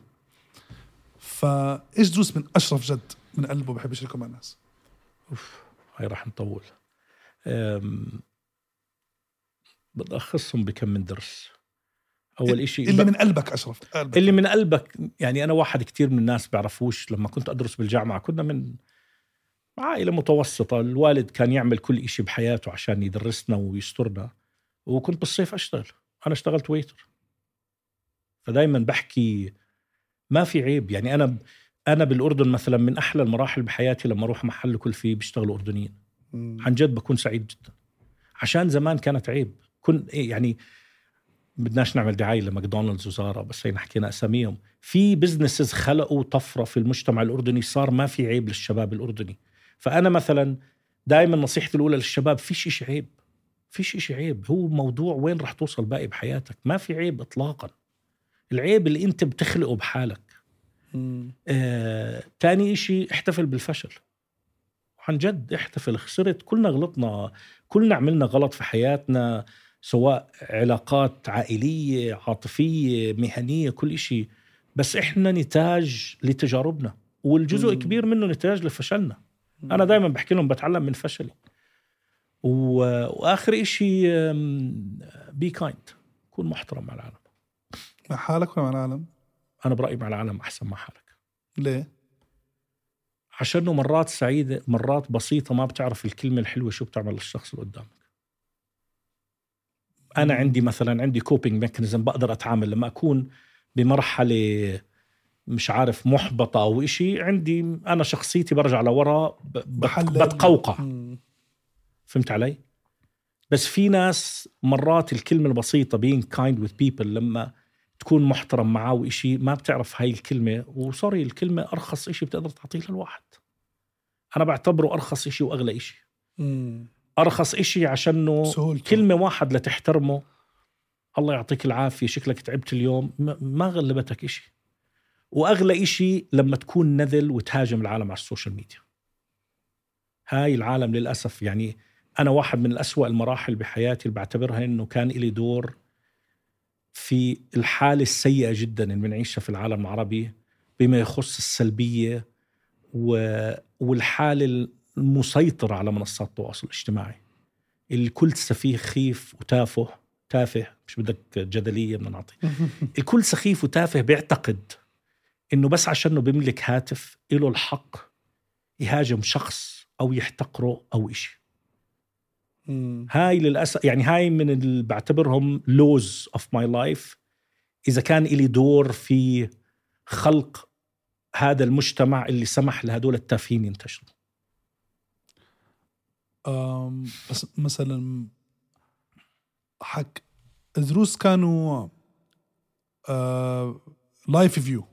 S2: فإيش دروس من أشرف جد من قلبه بحب يشاركه مع الناس؟
S1: أوف، هاي راح نطول. أم... بدي أخصهم بكم من درس. أول إشي
S2: اللي
S1: ب...
S2: من قلبك أشرف، قلبك.
S1: اللي من قلبك. يعني أنا واحد كتير من الناس بعرفوش، لما كنت أدرس بالجامعة كنا من عائلة متوسطة، الوالد كان يعمل كل إشي بحياته عشان يدرسنا ويسترنا، وكنت بالصيف أشتغل. أنا اشتغلت ويتر، فدايما بحكي ما في عيب. يعني أنا أنا بالأردن مثلا من أحلى المراحل بحياتي لما أروح محل كل فيه بيشتغلوا أردنيين، عن جد بكون سعيد جدا. عشان زمان كانت عيب. كن يعني بدناش نعمل دعاية لماكدونالدز وزارة، بس هينا حكينا أساميهم. في بزنسز خلقوا طفرة في المجتمع الأردني، صار ما في عيب للشباب الأردني. فأنا مثلا دائما نصيحتي الأولى للشباب، فيش إشي عيب، فيش إشي عيب. هو موضوع وين رح توصل باقي بحياتك، ما في عيب إطلاقا. العيب اللي أنت بتخلقه بحالك. آه، تاني إشي احتفل بالفشل. عن جد احتفل. خسرت، كلنا غلطنا، كلنا عملنا غلط في حياتنا، سواء علاقات عائلية، عاطفية، مهنية، كل إشي. بس إحنا نتاج لتجاربنا، والجزء مم. كبير منه نتاج لفشلنا. مم. أنا دايما بحكي لهم بتعلم من فشلي. و... وآخر إشي بي كايند، كون محترم مع العالم.
S2: مع حالك ولا مع العالم؟
S1: أنا برأيي مع العالم أحسن مع حالك.
S2: ليه؟
S1: عشانه مرات سعيدة، مرات بسيطة، ما بتعرف الكلمة الحلوة شو بتعمل للشخص اللي قدامك. أنا عندي مثلا عندي كوبينج ميكانيزم، بقدر أتعامل لما أكون بمرحلة مش عارف محبطة أو إشي. عندي أنا شخصيتي برجع لورا بتقوقع. فهمت علي؟ بس في ناس مرات الكلمة البسيطة being kind with people، لما تكون محترم معه وإشي ما بتعرف هاي الكلمة، وصاري الكلمة أرخص إشي بتقدر تعطيه للواحد. أنا بعتبره أرخص إشي وأغلى إشي. مم. أرخص إشي عشانه سهولته. كلمة واحد لتحترمه، الله يعطيك العافية، شكلك تعبت اليوم، ما غلبتك إشي. وأغلى إشي لما تكون نذل وتهاجم العالم على السوشيال ميديا. هاي العالم للأسف، يعني أنا واحد من الأسوأ المراحل بحياتي اللي بعتبرها إنه كان إلي دور في الحالة السيئة جدا اللي بنعيشها في العالم العربي بما يخص السلبية والحالة المسيطرة على منصات التواصل الاجتماعي. الكل سفيه خيف وتافه تافه مش بدك جدلية بدنا نعطي الكل سخيف وتافه بيعتقد إنه بس عشانه بيملك هاتف إله الحق يهاجم شخص أو يحتقره أو إشي. هاي للأسف، يعني هاي من اللي بعتبرهم laws of my life. إذا كان إلي دور في خلق هذا المجتمع اللي سمح لهدول التافهين ينتشروا.
S2: بس مثلا حق الدروس كانوا لايف فيو،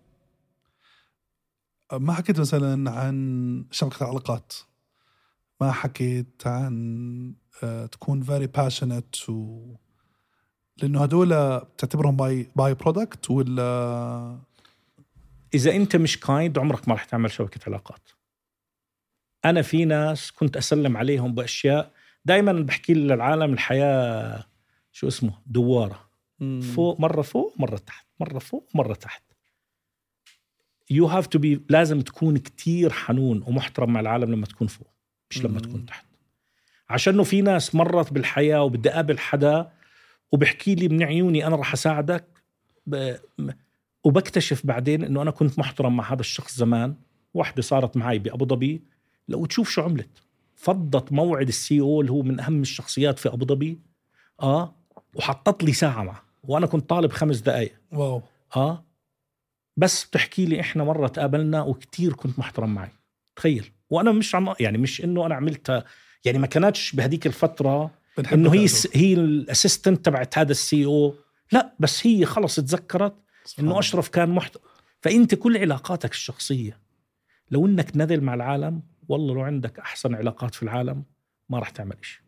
S2: ما حكيت مثلا عن شبكة العلاقات، ما حكيت عن uh, تكون very passionate و... لأنه هدول بتعتبرهم باي باي برودكت، ولا
S1: إذا أنت مش كايند عمرك ما رح تعمل شبكة علاقات. أنا في ناس كنت أسلم عليهم بأشياء، دايما بحكي للعالم الحياة شو اسمه دوارة، مم. فوق مرة فوق مرة تحت، مرة فوق مرة تحت. you have to be، لازم تكون كتير حنون ومحترم مع العالم لما تكون فوق، مش لما مم. تكون تحت. عشانه في ناس مرت بالحياة وبدي أقابل حدا وبحكي لي من عيوني أنا رح أساعدك ب... وبكتشف بعدين إنه أنا كنت محترم مع هذا الشخص زمان. واحدة صارت معي بأبو ظبي، لو تشوف شو عملت، فضت موعد السي او اللي هو من أهم الشخصيات في أبو ظبي آه وحطت لي ساعة معه وأنا كنت طالب خمس دقايق.
S2: واو.
S1: آه بس بتحكي لي إحنا مرة تقابلنا وكتير كنت محترم معي. تخيل. وأنا مش عم يعني مش إنه أنا عملتها يعني ما كانتش بهديك الفترة إنه هي س... هي الأسيستنت تبعت هذا السي او، لا بس هي خلص تذكرت إنه أشرف كان محترم. فأنت كل علاقاتك الشخصية لو إنك نذل مع العالم، والله لو عندك أحسن علاقات في العالم ما راح تعمل إشي.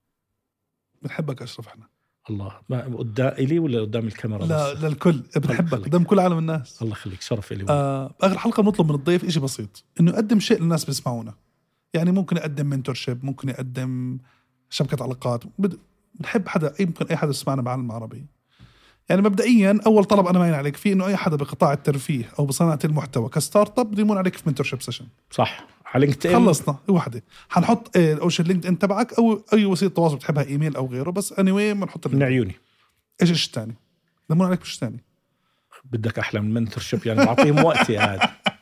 S2: بنحبك أشرف إحنا.
S1: الله. ما قدام إلي ولا قدام الكاميرا؟
S2: لا للكل بنحبك قدام كل عالم الناس.
S1: الله يخليك، شرف إلي.
S2: آه آخر حلقة بنطلب من الضيف إشي بسيط، إنه يقدم شيء للناس بيسمعونا. يعني ممكن يقدم منتورشيب، ممكن يقدم شبكة علاقات. بنحب حدا، يمكن أي حدا يسمعنا بعالم عربي. يعني مبدئيا أول طلب أنا ماين عليك فيه إنه أي حدا بقطاع الترفيه أو بصناعة المحتوى كستارت اب بيمون عليك في منتورشيب سيشن.
S1: صح. على لينكد إن
S2: خلصنا واحدة حنحط إيه أو شيء لينكد إن تبعك أو أي وسيلة تواصل بتحبها، إيميل أو غيره. بس anyway بنحط
S1: من عيوني.
S2: إيش إيش تاني بيمون عليك مش تاني
S1: بدك أحلى من منتورشيب يعني بعطيهم وقتي قاعد.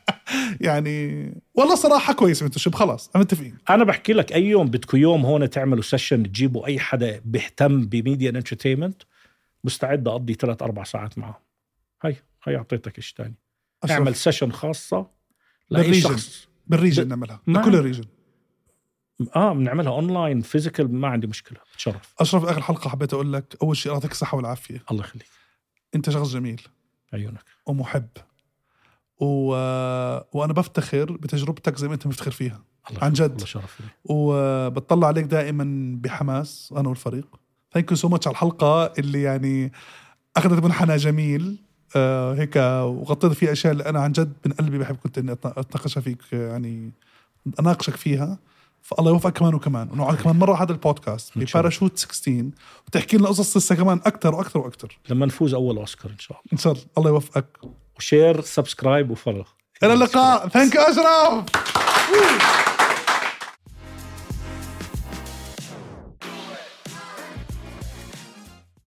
S2: يعني والله صراحة كويس منتورشيب. خلاص أنا متفقين.
S1: أنا بحكي لك أي يوم بدكوا يوم هون تعملوا سيشن تجيبوا أي حدا بيهتم بميديا انترتينمنت، مستعد أقضي ثلاث أربع ساعات معه. هاي هاي أعطيتك إيش تاني. نعمل سيشن خاصة لأي شخص
S2: بالريجن. نعملها لكل الريجن.
S1: آه بنعملها أونلاين فيزيكال، ما عندي مشكلة. بتشرف.
S2: أشرف آخر حلقة حبيت أقول لك أول شيء يعطيك الصحة والعافية.
S1: الله يخليك.
S2: أنت شخص جميل
S1: عيونك
S2: ومحب و... وأنا بفتخر بتجربتك زي ما أنت مفتخر فيها عن جد.
S1: الله شرف لي.
S2: وبتطلع عليك دائما بحماس أنا والفريق. ثانك يو سو ماتش على الحلقة اللي يعني أخذت منحنى جميل آه هيك، وغطيت فيه أشياء اللي أنا عن جد من قلبي بحب كنت إني أتناقشها فيك، يعني أناقشك فيها. فالله يوفقك كمان وكمان، ونقعد كمان مرة هذا البودكاست بباراشوت ستة عشر وتحكي لنا قصص لسه كمان أكتر وأكتر وأكتر
S1: لما نفوز أول أوسكار إن شاء الله.
S2: إن شاء الله. الله يوفقك.
S1: وشير سبسكرايب وفولو.
S2: إلى اللقاء. ثانك يو أشرف.